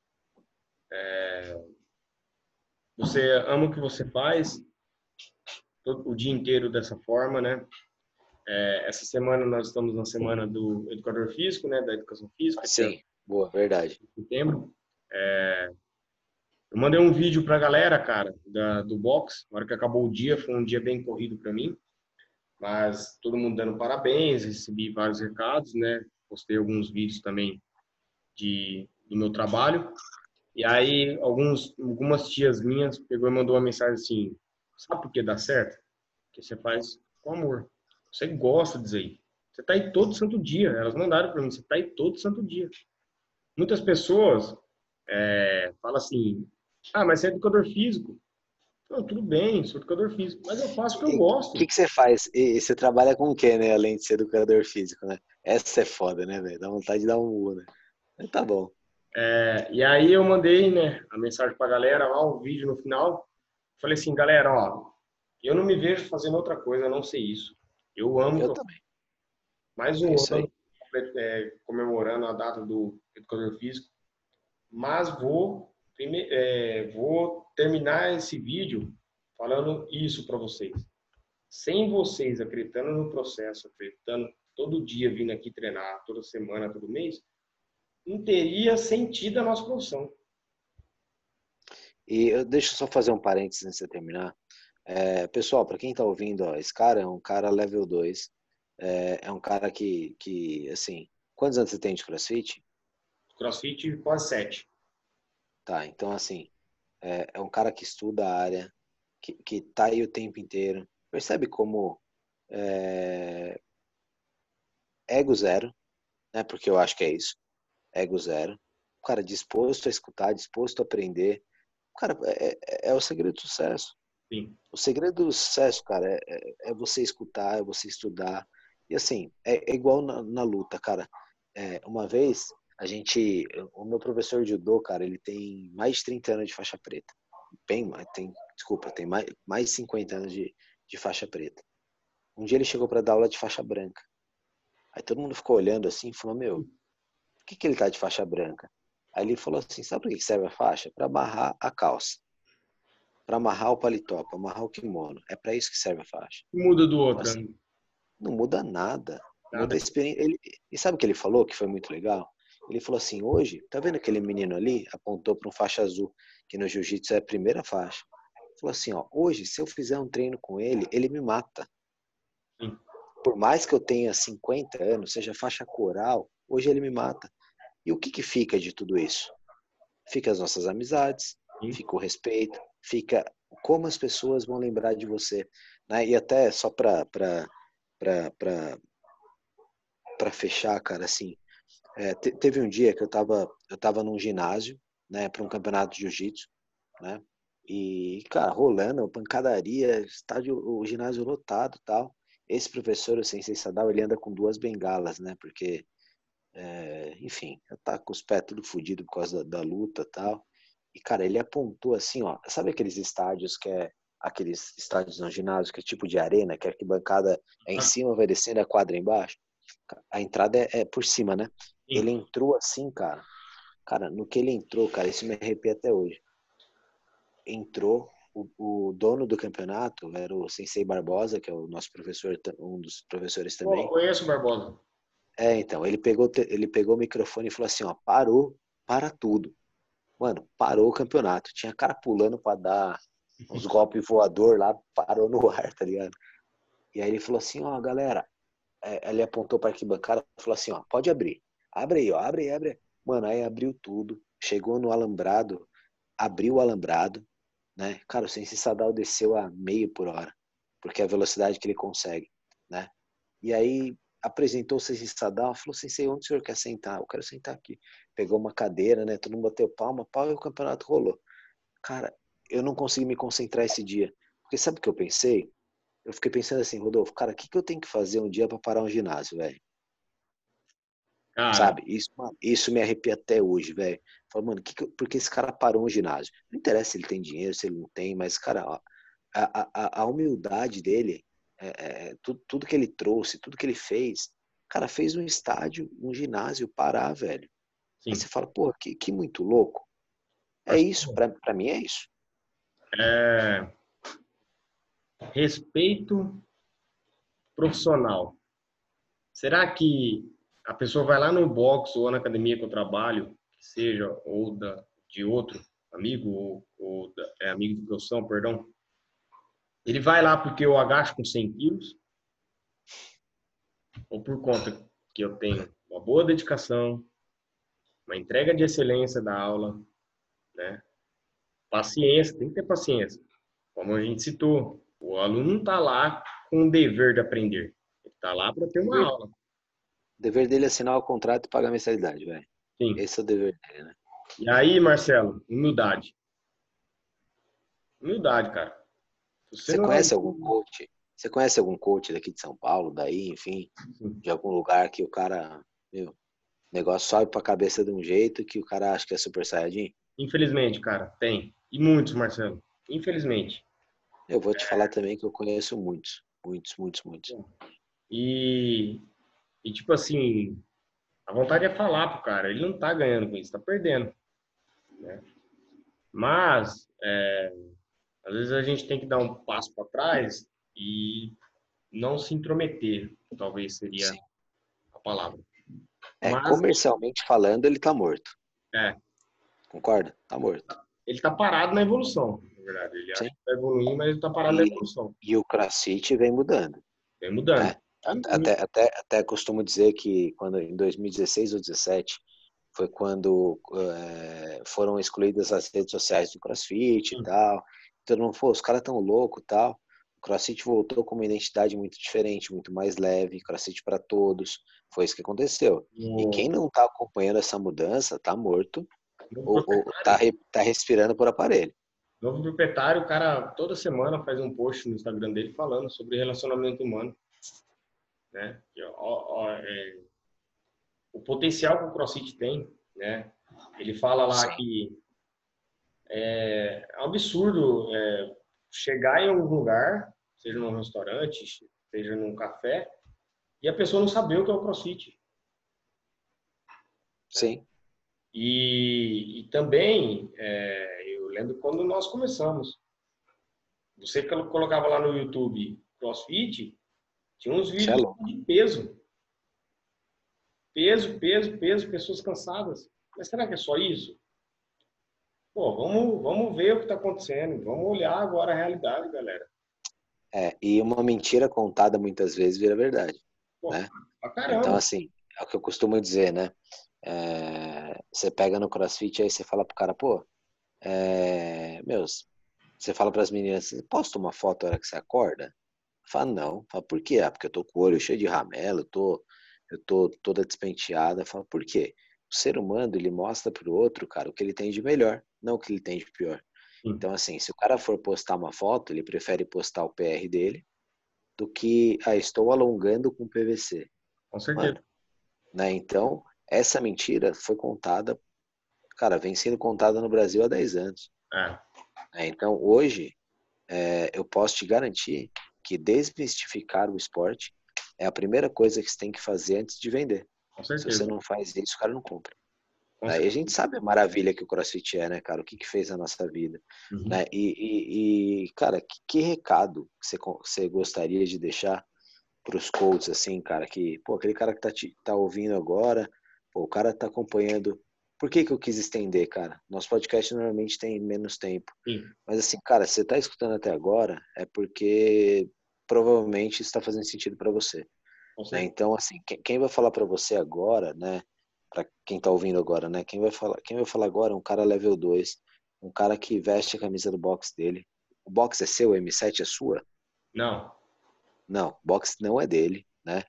você ama o que você faz todo, o dia inteiro dessa forma, né? É, essa semana nós estamos na semana do educador físico, né, da educação física, que é Sim, boa, verdade. em setembro. É, eu mandei um vídeo pra galera, cara, da, do box. Na hora que acabou o dia, foi um dia bem corrido para mim, mas todo mundo dando parabéns, recebi vários recados, né? Postei alguns vídeos também de, do meu trabalho. E aí, alguns, algumas tias minhas pegou e mandou uma mensagem assim: sabe por que dá certo? Porque você faz com amor. Você gosta disso aí. Você tá aí todo santo dia. Elas mandaram para mim: você tá aí todo santo dia. Muitas pessoas é, falam assim: ah, mas você é educador físico. Não, tudo bem, sou educador físico, mas eu faço o que eu E o que, gosto. que você faz? E, e você trabalha com o quê, né? Além de ser educador físico, né? Essa é foda, né, velho? Dá vontade de dar um U, né? Mas tá bom. É, e aí eu mandei, né, a mensagem pra galera lá, o vídeo no final. Falei assim, galera, ó, eu não me vejo fazendo outra coisa a não ser isso. Eu amo o que Eu eu também. mais É um isso aí. ano é, comemorando a data do educador físico, mas vou, prime- é, vou terminar esse vídeo falando isso para vocês. Sem vocês acreditando no processo, acreditando todo dia vindo aqui treinar, toda semana, todo mês, não teria sentido a nossa profissão. E eu, deixa eu só fazer um parênteses antes de você terminar. É, pessoal, para quem tá ouvindo, ó, esse cara é um cara level dois. É, é um cara que, que, assim, quantos anos você tem de CrossFit? CrossFit quase sete. Tá, então, assim, é, é um cara que estuda a área, que, que tá aí o tempo inteiro. Percebe como é, ego zero, né? Porque eu acho que é isso, ego zero. O cara disposto a escutar, disposto a aprender. Cara, é, é, é o segredo do sucesso. Sim. O segredo do sucesso, cara, é, é, é você escutar, é você estudar. E assim, é, é igual na, na luta, cara. É, uma vez, a gente. O meu professor de judô, cara, ele tem mais de trinta anos de faixa preta. Bem mais, tem, desculpa, tem mais, mais de cinquenta anos de, de faixa preta. Um dia ele chegou para dar aula de faixa branca. Aí todo mundo ficou olhando assim e falou: Meu, por que, que ele tá de faixa branca? Aí ele falou assim: Sabe por que serve a faixa? Para amarrar a calça, para amarrar o paletó, para amarrar o kimono. É para isso que serve a faixa. Muda do Então, outro, assim, né? não muda nada. Muda Nada. a experiência. Ele, e sabe o que ele falou que foi muito legal? Ele falou assim: hoje, tá vendo aquele menino ali? Apontou para um faixa azul, que no jiu-jitsu é a primeira faixa. Ele falou assim: ó, hoje, se eu fizer um treino com ele, ele me mata. Sim. Por mais que eu tenha cinquenta anos, seja faixa coral, hoje ele me mata. E o que, que fica de tudo isso? Fica as nossas amizades, Sim. fica o respeito, fica como as pessoas vão lembrar de você. Né? E até só para para fechar, cara, assim, é, te, teve um dia que eu tava, eu tava num ginásio, né, para um campeonato de jiu-jitsu, né? E, cara, rolando, pancadaria, estádio, o ginásio lotado e tal. Esse professor, o Sensei Sadal, ele anda com duas bengalas, né? Porque, é, enfim, tá com os pés tudo fodido por causa da, da luta e tal. E, cara, ele apontou assim, ó, sabe aqueles estádios que é, aqueles estádios no ginásio que é tipo de arena, que a arquibancada é em Ah, cima, vai descendo a quadra embaixo? A entrada é, é por cima, né? Ele sim. entrou assim, cara. Cara, no que ele entrou, cara, isso me arrepia até hoje. Entrou, o, o dono do campeonato era o Sensei Barbosa, que é o nosso professor, um dos professores Pô, também. conheço o Barbosa. É, então, ele pegou, ele pegou o microfone e falou assim, ó, parou, para tudo. Mano, parou o campeonato. Tinha cara pulando pra dar uns golpes voador lá, parou no ar, tá ligado? E aí ele falou assim, ó, galera, é, ele apontou pra arquibancada e falou assim, ó, pode abrir. Abre aí, ó, abre aí, abre aí. Mano, aí abriu tudo, chegou no alambrado, abriu o alambrado, né? Cara, o Sensei Sadal desceu a meio por hora, porque é a velocidade que ele consegue, né? E aí apresentou o Sensei Sadal, falou, Sensei, onde o senhor quer sentar? Eu quero sentar aqui. Pegou uma cadeira, né? Todo mundo bateu palma, pau e o campeonato rolou. Cara, eu não consegui me concentrar esse dia. Porque sabe o que eu pensei? Eu fiquei pensando assim, Rodolfo, cara, o que, que eu tenho que fazer um dia para parar um ginásio, velho? Cara, Sabe? Isso, mano, isso me arrepia até hoje, velho. Falo, mano, que que eu- por que esse cara parou um ginásio? Não interessa se ele tem dinheiro, se ele não tem, mas, cara, ó, a, a, a humildade dele, é, é, tudo, tudo que ele trouxe, tudo que ele fez, cara, fez um estádio, um ginásio parar, velho. Aí você sim. fala, pô, que, que muito louco. É isso, Marcelo, pra, pra mim é isso. é, respeito profissional. Será que a pessoa vai lá no box ou na academia que eu trabalho, que seja, ou da, de outro amigo, ou, ou da, é amigo de profissão, perdão, ele vai lá porque eu agacho com cem quilos, ou por conta que eu tenho uma boa dedicação, uma entrega de excelência da aula, né? Paciência, tem que ter paciência. Como a gente citou, o aluno não está lá com o dever de aprender. Ele está lá para ter O uma dever, aula. o dever dele é assinar o contrato e pagar a mensalidade, velho. Sim. Esse é o dever dele, né? E aí, Marcelo, humildade. Humildade, cara. Você Você não é conhece algum um... coach? Você conhece algum coach daqui de São Paulo, daí, enfim, de algum lugar que o cara, meu, o negócio sobe pra cabeça de um jeito que o cara acha que é super saiyajin? Infelizmente, cara, tem. E muitos, Marcelo. Infelizmente. Eu vou te falar também que eu conheço muitos, muitos, muitos, muitos. E, e tipo assim, a vontade é falar pro cara. Ele não tá ganhando com isso, tá perdendo. Né? Mas, é, às vezes a gente tem que dar um passo para trás e não se intrometer, talvez seria Sim. a palavra. É, Mas, comercialmente falando, ele tá morto. é, Concorda? Tá morto. ele está parado na evolução, na verdade. Ele acha Sim. que está evoluindo, mas ele está parado na E, evolução. e o CrossFit vem mudando, Vem mudando. né? Até, até, até costumo dizer que quando em dois mil e dezesseis ou dezessete foi quando é, foram excluídas as redes sociais do CrossFit e tal. Todo mundo falou, os caras tão louco e tal. O CrossFit voltou com uma identidade muito diferente, muito mais leve, CrossFit para todos. Foi isso que aconteceu. E O quem não está acompanhando essa mudança está morto novo ou, ou tá, proprietário, re, tá respirando por aparelho. novo proprietário, o cara toda semana faz um post no Instagram dele falando sobre relacionamento humano, né? Que, ó, ó, é, o potencial que o CrossFit tem, né? Ele fala lá Sim, que é um absurdo é, chegar em algum lugar, seja num restaurante, seja num café, e a pessoa não saber o que é o CrossFit. sim, E, e também, é, eu lembro quando nós começamos, você colocava lá no YouTube CrossFit, tinha uns você é vídeos louco. de peso, peso, peso, peso, pessoas cansadas. Mas será que é só isso? Pô, vamos, vamos ver o que está acontecendo, vamos olhar agora a realidade, galera. É, e uma mentira contada muitas vezes vira verdade, Pô, né? pra Então, caramba. assim, é o que eu costumo dizer, né? É, você pega no CrossFit aí você fala pro cara, pô, é, meus, você fala pras meninas, você posta uma foto na hora que você acorda? Fala, não. Fala, por quê? Ah, porque eu tô com o olho cheio de ramela, eu tô, eu tô toda despenteada. Fala, por quê? O ser humano, ele mostra pro outro, cara, o que ele tem de melhor, não o que ele tem de pior. Sim, Então, assim, se o cara for postar uma foto, ele prefere postar o P R dele do que, ah, estou alongando com P V C. com certeza. Mano, né? Então, essa mentira foi contada, cara, vem sendo contada no Brasil há dez anos. É, Né? Então, hoje, é, eu posso te garantir que desmistificar o esporte é a primeira coisa que você tem que fazer antes de vender. com Se você certeza. não faz isso, o cara não compra. Com Né? E a certeza. gente sabe a maravilha que o CrossFit é, né, cara? O que que fez na nossa vida. Uhum. Né? E, e, e, cara, que, que recado você, você gostaria de deixar para os coaches, assim, cara, que, pô, aquele cara que tá, te, tá ouvindo agora, pô, o cara tá acompanhando. Por que que eu quis estender, cara? Nosso podcast normalmente tem menos tempo. Sim, Mas, assim, cara, se você tá escutando até agora, é porque provavelmente está fazendo sentido para você. com Né? certeza. Então, assim, quem, quem vai falar para você agora, né? Para quem tá ouvindo agora, né? Quem vai falar, quem vai falar agora é um cara level dois, um cara que veste a camisa do box dele. O box é seu, o M sete é sua? Não, Não, o box não é dele, né?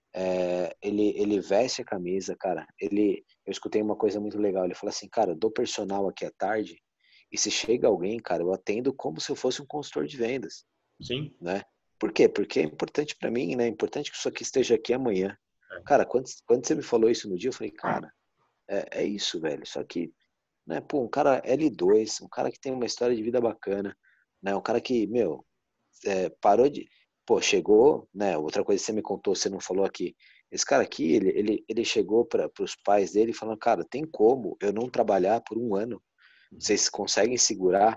É, ele, ele veste a camisa, cara. Ele, eu escutei uma coisa muito legal. Ele falou assim, cara, eu dou personal aqui à tarde e se chega alguém, cara, eu atendo como se eu fosse um consultor de vendas, sim. né? Por quê? Porque é importante para mim, né? É importante que isso aqui esteja aqui amanhã. É. Cara, quando, quando você me falou isso no dia, eu falei, cara, é, é isso, velho. Só que, né, pô, um cara L dois, um cara que tem uma história de vida bacana, né? Um cara que, meu, é, parou de. Pô, chegou, né? Outra coisa que você me contou, você não falou aqui. Esse cara aqui, ele, ele, ele chegou para os pais dele falando, cara, tem como eu não trabalhar por um ano? Vocês conseguem segurar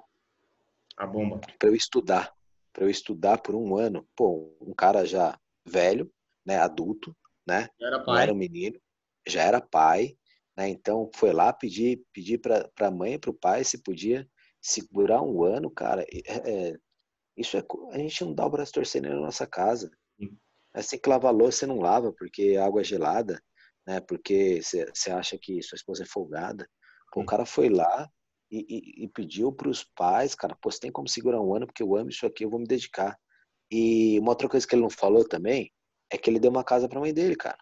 A bomba. para eu estudar? Para eu estudar por um ano? Pô, um cara já velho, né? Adulto, né? Era Não pai. era um menino, já era pai, né? Então foi lá pedir, pedir para a mãe e para o pai se podia segurar um ano, cara. É, é, isso é, a gente não dá o braço torcendo na nossa casa. Sim. Assim que lavar a louça, você não lava porque a água é gelada, né? Porque você, você acha que sua esposa é folgada. Pô, o Sim. cara foi lá e, e, e pediu para os pais, cara, pô, você tem como segurar um ano porque eu amo isso aqui, eu vou me dedicar. E uma outra coisa que ele não falou também é que ele deu uma casa pra mãe dele, cara.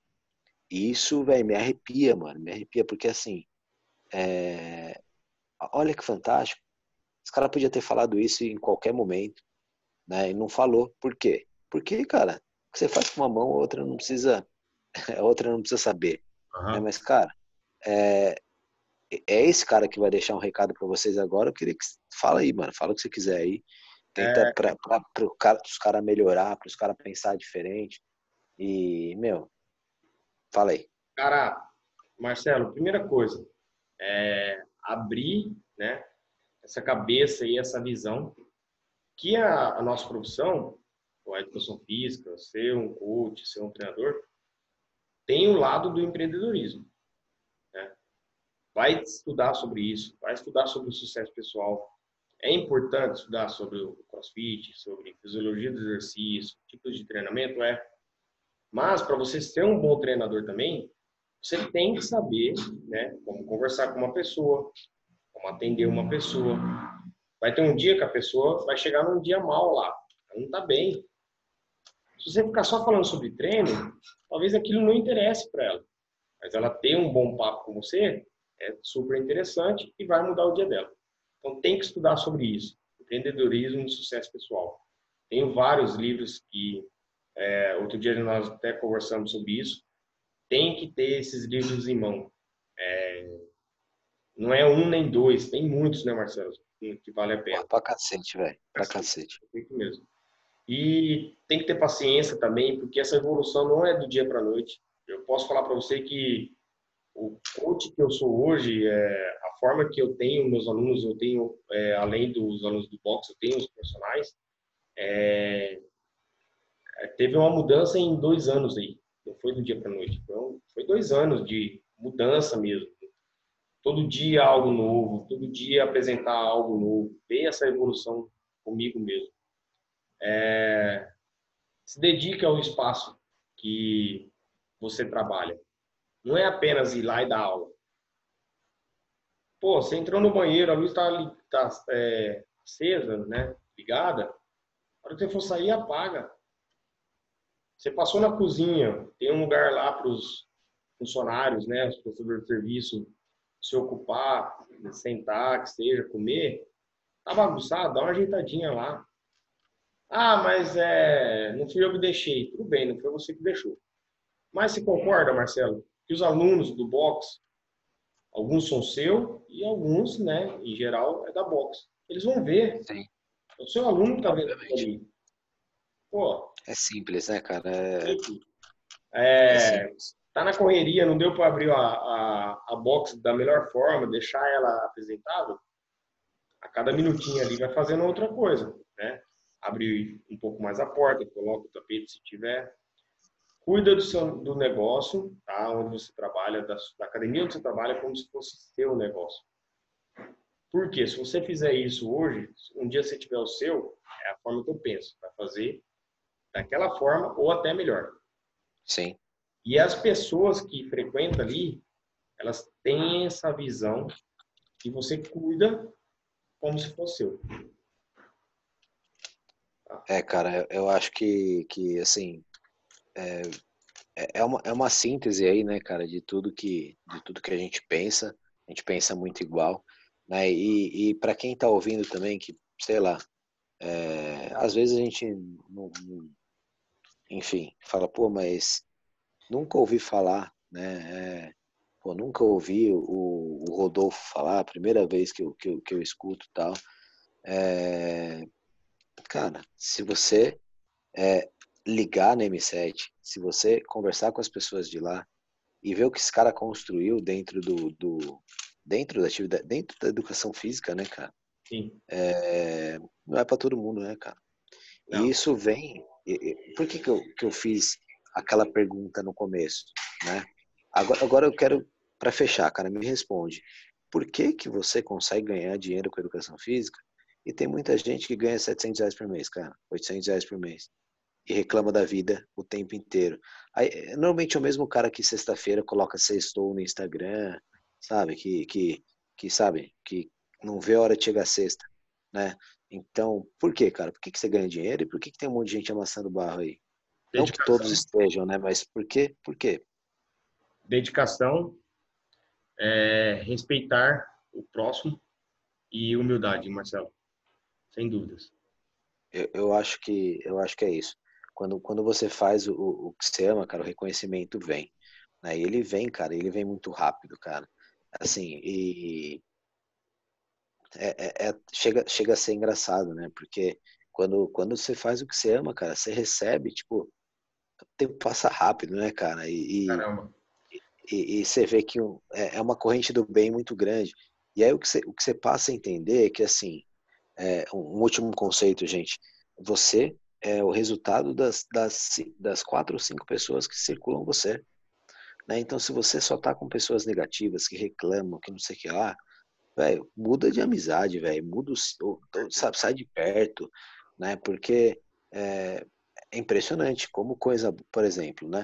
E isso, velho, me arrepia, mano, me arrepia porque assim, é... olha que fantástico. Esse cara podia ter falado isso em qualquer momento, né? E não falou. Por quê? Porque, cara, o que você faz com uma mão, a outra não precisa, a outra não precisa saber, né? Aham. Mas, cara, é, é esse cara que vai deixar um recado pra vocês agora. Eu queria que fala aí, mano, fala o que você quiser aí. Tenta É, para pro cara, os caras melhorar, para os caras pensar diferente. E, meu, fala aí. cara, Marcelo, primeira coisa, é abrir, né, essa cabeça e essa visão que a, a nossa profissão, a educação física, ser um coach, ser um treinador, tem o lado do empreendedorismo, né? Vai estudar sobre isso, vai estudar sobre o sucesso pessoal. É importante estudar sobre o CrossFit, sobre fisiologia do exercício, tipos de treinamento, é. Mas para você ser um bom treinador também, você tem que saber, né, como conversar com uma pessoa, como atender uma pessoa. Vai ter um dia que a pessoa vai chegar num dia mal lá, ela não está bem. Se você ficar só falando sobre treino, talvez aquilo não interesse para ela. Mas ela ter um bom papo com você é super interessante e vai mudar o dia dela. Então tem que estudar sobre isso. Empreendedorismo e sucesso pessoal. Tenho vários livros que é, outro dia nós até conversamos sobre isso. Tem que ter esses livros em mão. Não é um nem dois, tem muitos, né, Marcelo? Que, que vale a Porra, pena. pra cacete, velho. Pra Cacete, cacete. muito mesmo. E tem que ter paciência também, porque essa evolução não é do dia para a noite. Eu posso falar para você que o coach que eu sou hoje, é, a forma que eu tenho meus alunos, eu tenho, é, além dos alunos do boxe, eu tenho os personagens, é, teve uma mudança em dois anos aí. Não foi do dia para a noite. Então, foi dois anos de mudança mesmo. Todo dia algo novo, todo dia apresentar algo novo, ver essa evolução comigo mesmo. Se dedique ao espaço que você trabalha. Não é apenas ir lá e dar aula. Pô, você entrou no banheiro, a luz está tá, é, acesa, né? Ligada. Na hora que você for sair, apaga. Você passou na cozinha, tem um lugar lá para os funcionários, né? Os prestadores de serviço se ocupar, sentar, que seja, comer. Tá bagunçado, dá uma ajeitadinha lá. Ah, mas é, não fui eu que deixei. Tudo bem, não foi você que deixou. Mas você concorda, Marcelo, que os alunos do box, alguns são seu e alguns, né, em geral, é da box. Eles vão ver. Sim, O seu aluno está vendo aquilo obviamente. ali. Pô, É simples, né, cara? É, enfim, é é, simples. tá na correria, não deu para abrir a, a, a box da melhor forma, deixar ela apresentável. A cada minutinho ali vai fazendo outra coisa, né? Abrir um pouco mais a porta, coloca o tapete se tiver. Cuida do seu do negócio, tá? Onde você trabalha, da, da academia onde você trabalha, como se fosse seu negócio. Por quê? Se você fizer isso hoje, um dia você tiver o seu, é a forma que eu penso, vai fazer daquela forma ou até melhor. Sim. E as pessoas que frequentam ali, elas têm essa visão que você cuida como se fosse seu. Tá? É, cara, eu eu acho que, que assim, é é uma, é uma síntese aí, né, cara, de tudo que, de tudo que a gente pensa. A gente pensa muito igual, né? E, e para quem tá ouvindo também, que, sei lá, é, às vezes a gente, não, não- enfim, fala, pô, mas nunca ouvi falar, né? É, pô, nunca ouvi o, o Rodolfo falar, primeira vez que eu, que eu, que eu escuto e tal. É, cara, se você é, ligar na M sete, se você conversar com as pessoas de lá e ver o que esse cara construiu dentro do, do dentro da atividade, dentro da educação física, né, cara? Sim. É, não é para todo mundo, né, cara? E Não. isso vem. e- e- Por que que eu, que eu fiz aquela pergunta no começo, né? Agora, agora eu quero, para fechar, cara, me responde. Por que que você consegue ganhar dinheiro com educação física e tem muita gente que ganha setecentos reais por mês, cara, oitocentos reais por mês e reclama da vida o tempo inteiro? Aí, é, normalmente é o mesmo cara que sexta-feira coloca sextou no Instagram, sabe? Que, que, que sabe? Que não vê a hora de chegar a sexta, né? Então, por que, cara? Por que que você ganha dinheiro e por que que tem um monte de gente amassando barro aí? Não que todos Dedicação. estejam, né? Mas por quê? Por quê? Dedicação, é, respeitar o próximo e humildade, Marcelo. Sem dúvidas. Eu, eu acho que eu acho que é isso. Quando, quando você faz o, o que você ama, cara, o reconhecimento vem. Né? E ele vem, cara, ele vem muito rápido, cara. Assim, e é, é- é- chega, chega a ser engraçado, né? Porque quando, quando você faz o que você ama, cara, você recebe, tipo, o tempo passa rápido, né, cara? E, Caramba. e, e você vê que um- é, é uma corrente do bem muito grande. E aí o que você, o que você passa a entender é que, assim, é, um um último conceito, gente, você é o resultado das, das, das quatro ou cinco pessoas que circulam você, né? Então, se você só tá com pessoas negativas, que reclamam, que não sei o que lá, velho, muda de amizade, velho, muda, o, o- sabe, sai de perto, né? Porque é, é impressionante como coisa, por exemplo, né?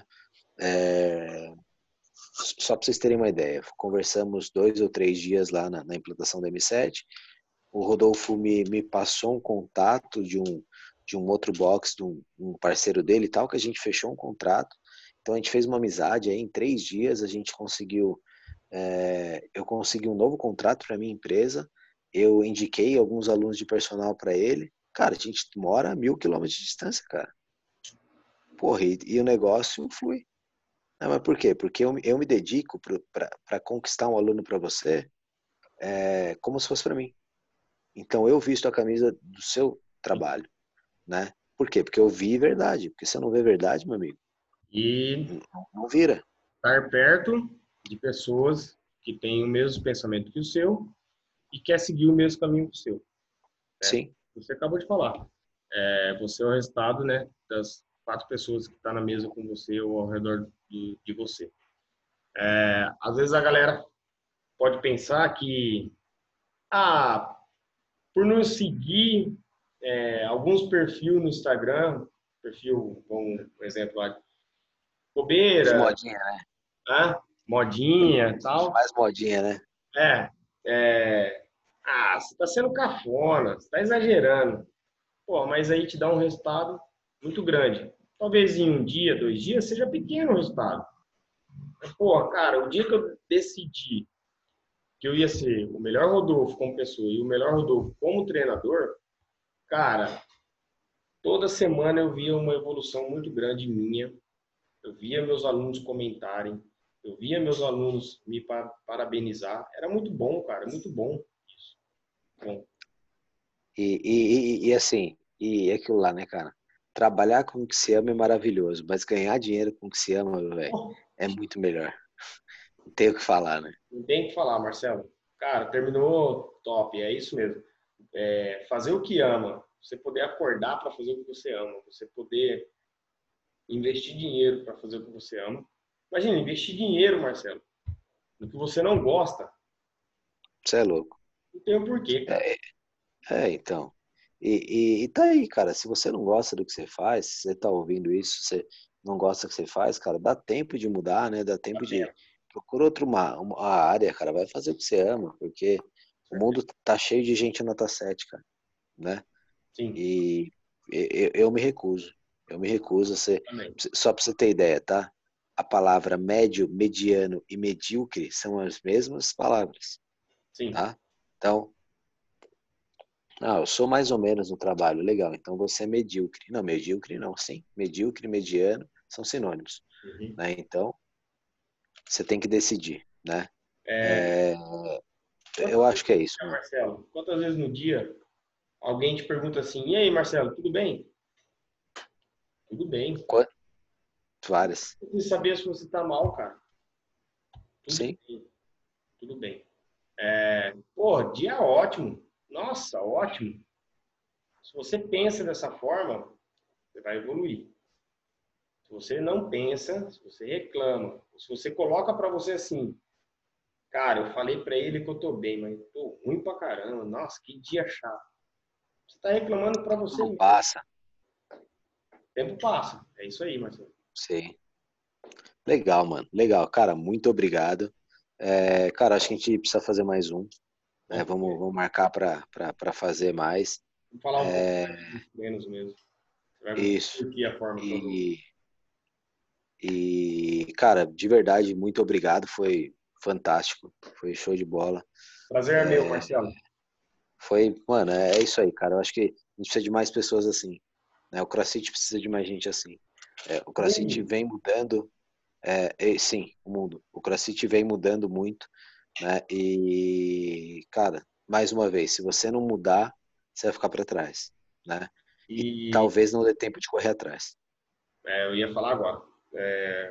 É, só para vocês terem uma ideia, conversamos dois ou três dias lá na, na implantação da M sete. O Rodolfo me, me passou um contato de um, de um outro box, de um, um parceiro dele e tal, que a gente fechou um contrato. Então a gente fez uma amizade aí, em três dias a gente conseguiu, é, eu consegui um novo contrato para minha empresa, eu indiquei alguns alunos de personal para ele. Cara, a gente mora a mil quilômetros de distância, cara. Porra, e, e o negócio flui. Não, mas por quê? Porque eu, eu me dedico para conquistar um aluno para você é, como se fosse para mim. Então eu visto a camisa do seu trabalho, né? Por quê? Porque eu vi verdade. Porque se eu não ver verdade, meu amigo, E não, não vira. estar perto de pessoas que têm o mesmo pensamento que o seu e quer seguir o mesmo caminho que o seu, né? Sim, Você acabou de falar. É, você é o resultado, né, das quatro pessoas que estão na mesa com você ou ao redor de, de você. É, às vezes a galera pode pensar que, ah, por não seguir é, alguns perfis no Instagram, perfil, um exemplo lá, de bobeira, modinha, né? né? Modinha, De tal. mais modinha, né? É, é, ah, você está sendo cafona, você está exagerando. Pô, mas aí te dá um resultado muito grande. Talvez em um dia, dois dias, seja pequeno o resultado. Mas, pô, cara, o dia que eu decidi que eu ia ser o melhor Rodolfo como pessoa e o melhor Rodolfo como treinador, cara, toda semana eu via uma evolução muito grande minha. Eu via meus alunos comentarem, eu via meus alunos me pa- parabenizar. Era muito bom, cara, muito bom isso. Bom, E, e, e, e assim, e é aquilo lá, né, cara? Trabalhar com o que se ama é maravilhoso, mas ganhar dinheiro com o que se ama, meu velho, é muito melhor. Não tem o que falar, né? não tem o que falar, Marcelo. Cara, terminou top, é isso mesmo. É, fazer o que ama, você poder acordar para fazer o que você ama, você poder investir dinheiro para fazer o que você ama. Imagina, investir dinheiro, Marcelo, no que você não gosta, Você é louco. não tem um porquê, cara. É, é então. E, e, e tá aí, cara. Se você não gosta do que você faz, se você tá ouvindo isso, você não gosta do que você faz, cara, dá tempo de mudar, né? Dá tempo de. Procura outra uma, uma área, cara. Vai fazer o que você ama, porque o mundo tá cheio de gente nota sete, cara, né? Sim, E eu, eu me recuso. Eu me recuso a ser. também. Só pra você ter ideia, tá? A palavra médio, mediano e medíocre são as mesmas palavras, Sim, tá? Então, ah, eu sou mais ou menos no trabalho, legal. Então você é medíocre. Não, medíocre não, sim. Medíocre e mediano são sinônimos, uhum. né? Então você tem que decidir, né? É, É, eu quantas vezes acho que é no isso, dia, mano. Marcelo? Quantas vezes no dia alguém te pergunta assim, e aí, Marcelo, tudo bem? Tudo bem. Quanto? Várias. Eu preciso saber se você tá mal, cara. Tudo Sim, bem, tudo bem. É, pô, dia ótimo. Nossa, ótimo. Se você pensa dessa forma, você vai evoluir. Se você não pensa, se você reclama, se você coloca pra você assim, cara, eu falei pra ele que eu tô bem, mas tô ruim pra caramba. Nossa, que dia chato. Você tá reclamando pra você não mesmo. passa. O tempo passa. É isso aí, Marcelo. Sim. Legal, mano. Legal. Cara, muito obrigado. É, cara, acho que a gente precisa fazer mais um, né? Vamos Vamos, vamos marcar para fazer mais. falar um pouco É, menos mesmo. Você vai isso. curtir a forma que eu dou. E, e, cara, de verdade, muito obrigado. Foi fantástico. Foi show de bola. Prazer é meu, Marcelo. Foi, mano, é isso aí, cara. Eu acho que a gente precisa de mais pessoas assim, né? O CrossFit precisa de mais gente assim. É, o CrossFit Mundo. vem mudando, é, é, sim, o mundo. O CrossFit vem mudando muito, né? E, cara, mais uma vez, se você não mudar, você vai ficar para trás, né? E E talvez não dê tempo de correr atrás. é, eu ia falar agora. É,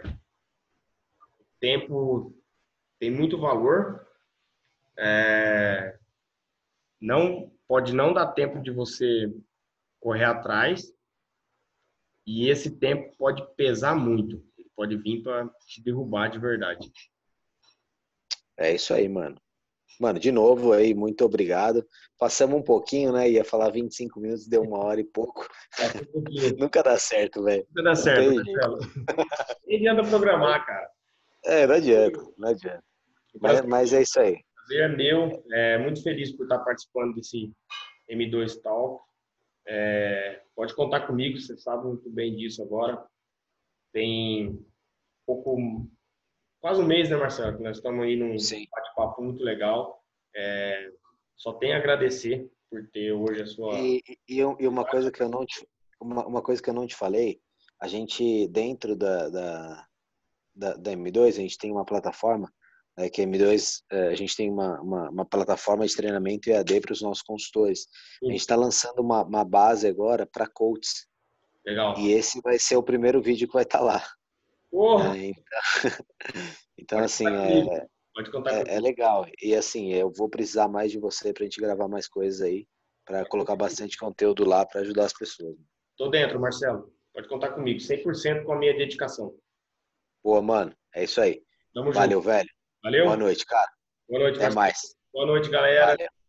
tempo tem muito valor. É, não pode não dar tempo de você correr atrás e esse tempo pode pesar muito. Ele pode vir para te derrubar de verdade. É isso aí, mano. Mano, de novo aí, muito obrigado. Passamos um pouquinho, né? Ia falar vinte e cinco minutos, deu uma hora e pouco. Passa um pouquinho. Nunca dá certo, velho. Vai dar Não certo, tem jeito. Marcelo. Nem adianta programar, cara. É, não adianta, não adianta. O Mas, prazer, mas é isso aí. o prazer é meu. É, muito feliz por estar participando desse M dois Talk. É, pode contar comigo, você sabe muito bem disso agora. Tem pouco, quase um mês, né, Marcelo? Que nós estamos aí num Sim. bate-papo muito legal. É, só tenho a agradecer por ter hoje a sua. E, e, e uma coisa que eu não te, uma, uma coisa que eu não te falei, a gente dentro da, da, da, da M dois, a gente tem uma plataforma, né, que a M dois, eh, a gente tem uma, uma, uma plataforma de treinamento E A D para os nossos consultores. A gente está lançando uma, uma base agora para coaches. E Legal. esse vai ser o primeiro vídeo que vai estar lá. Porra, Né? Então, então, pode assim, contar é, comigo. Pode contar é, é comigo. legal. E assim, eu vou precisar mais de você para a gente gravar mais coisas aí, para colocar bastante conteúdo lá para ajudar as pessoas. Tô dentro, Marcelo. Pode contar comigo. cem por cento com a minha dedicação. Boa, mano. É isso aí. Tamo junto. Valeu, velho. Boa Valeu? noite, cara. Boa noite, Até Marcelo. mais. Boa noite, galera. Valeu.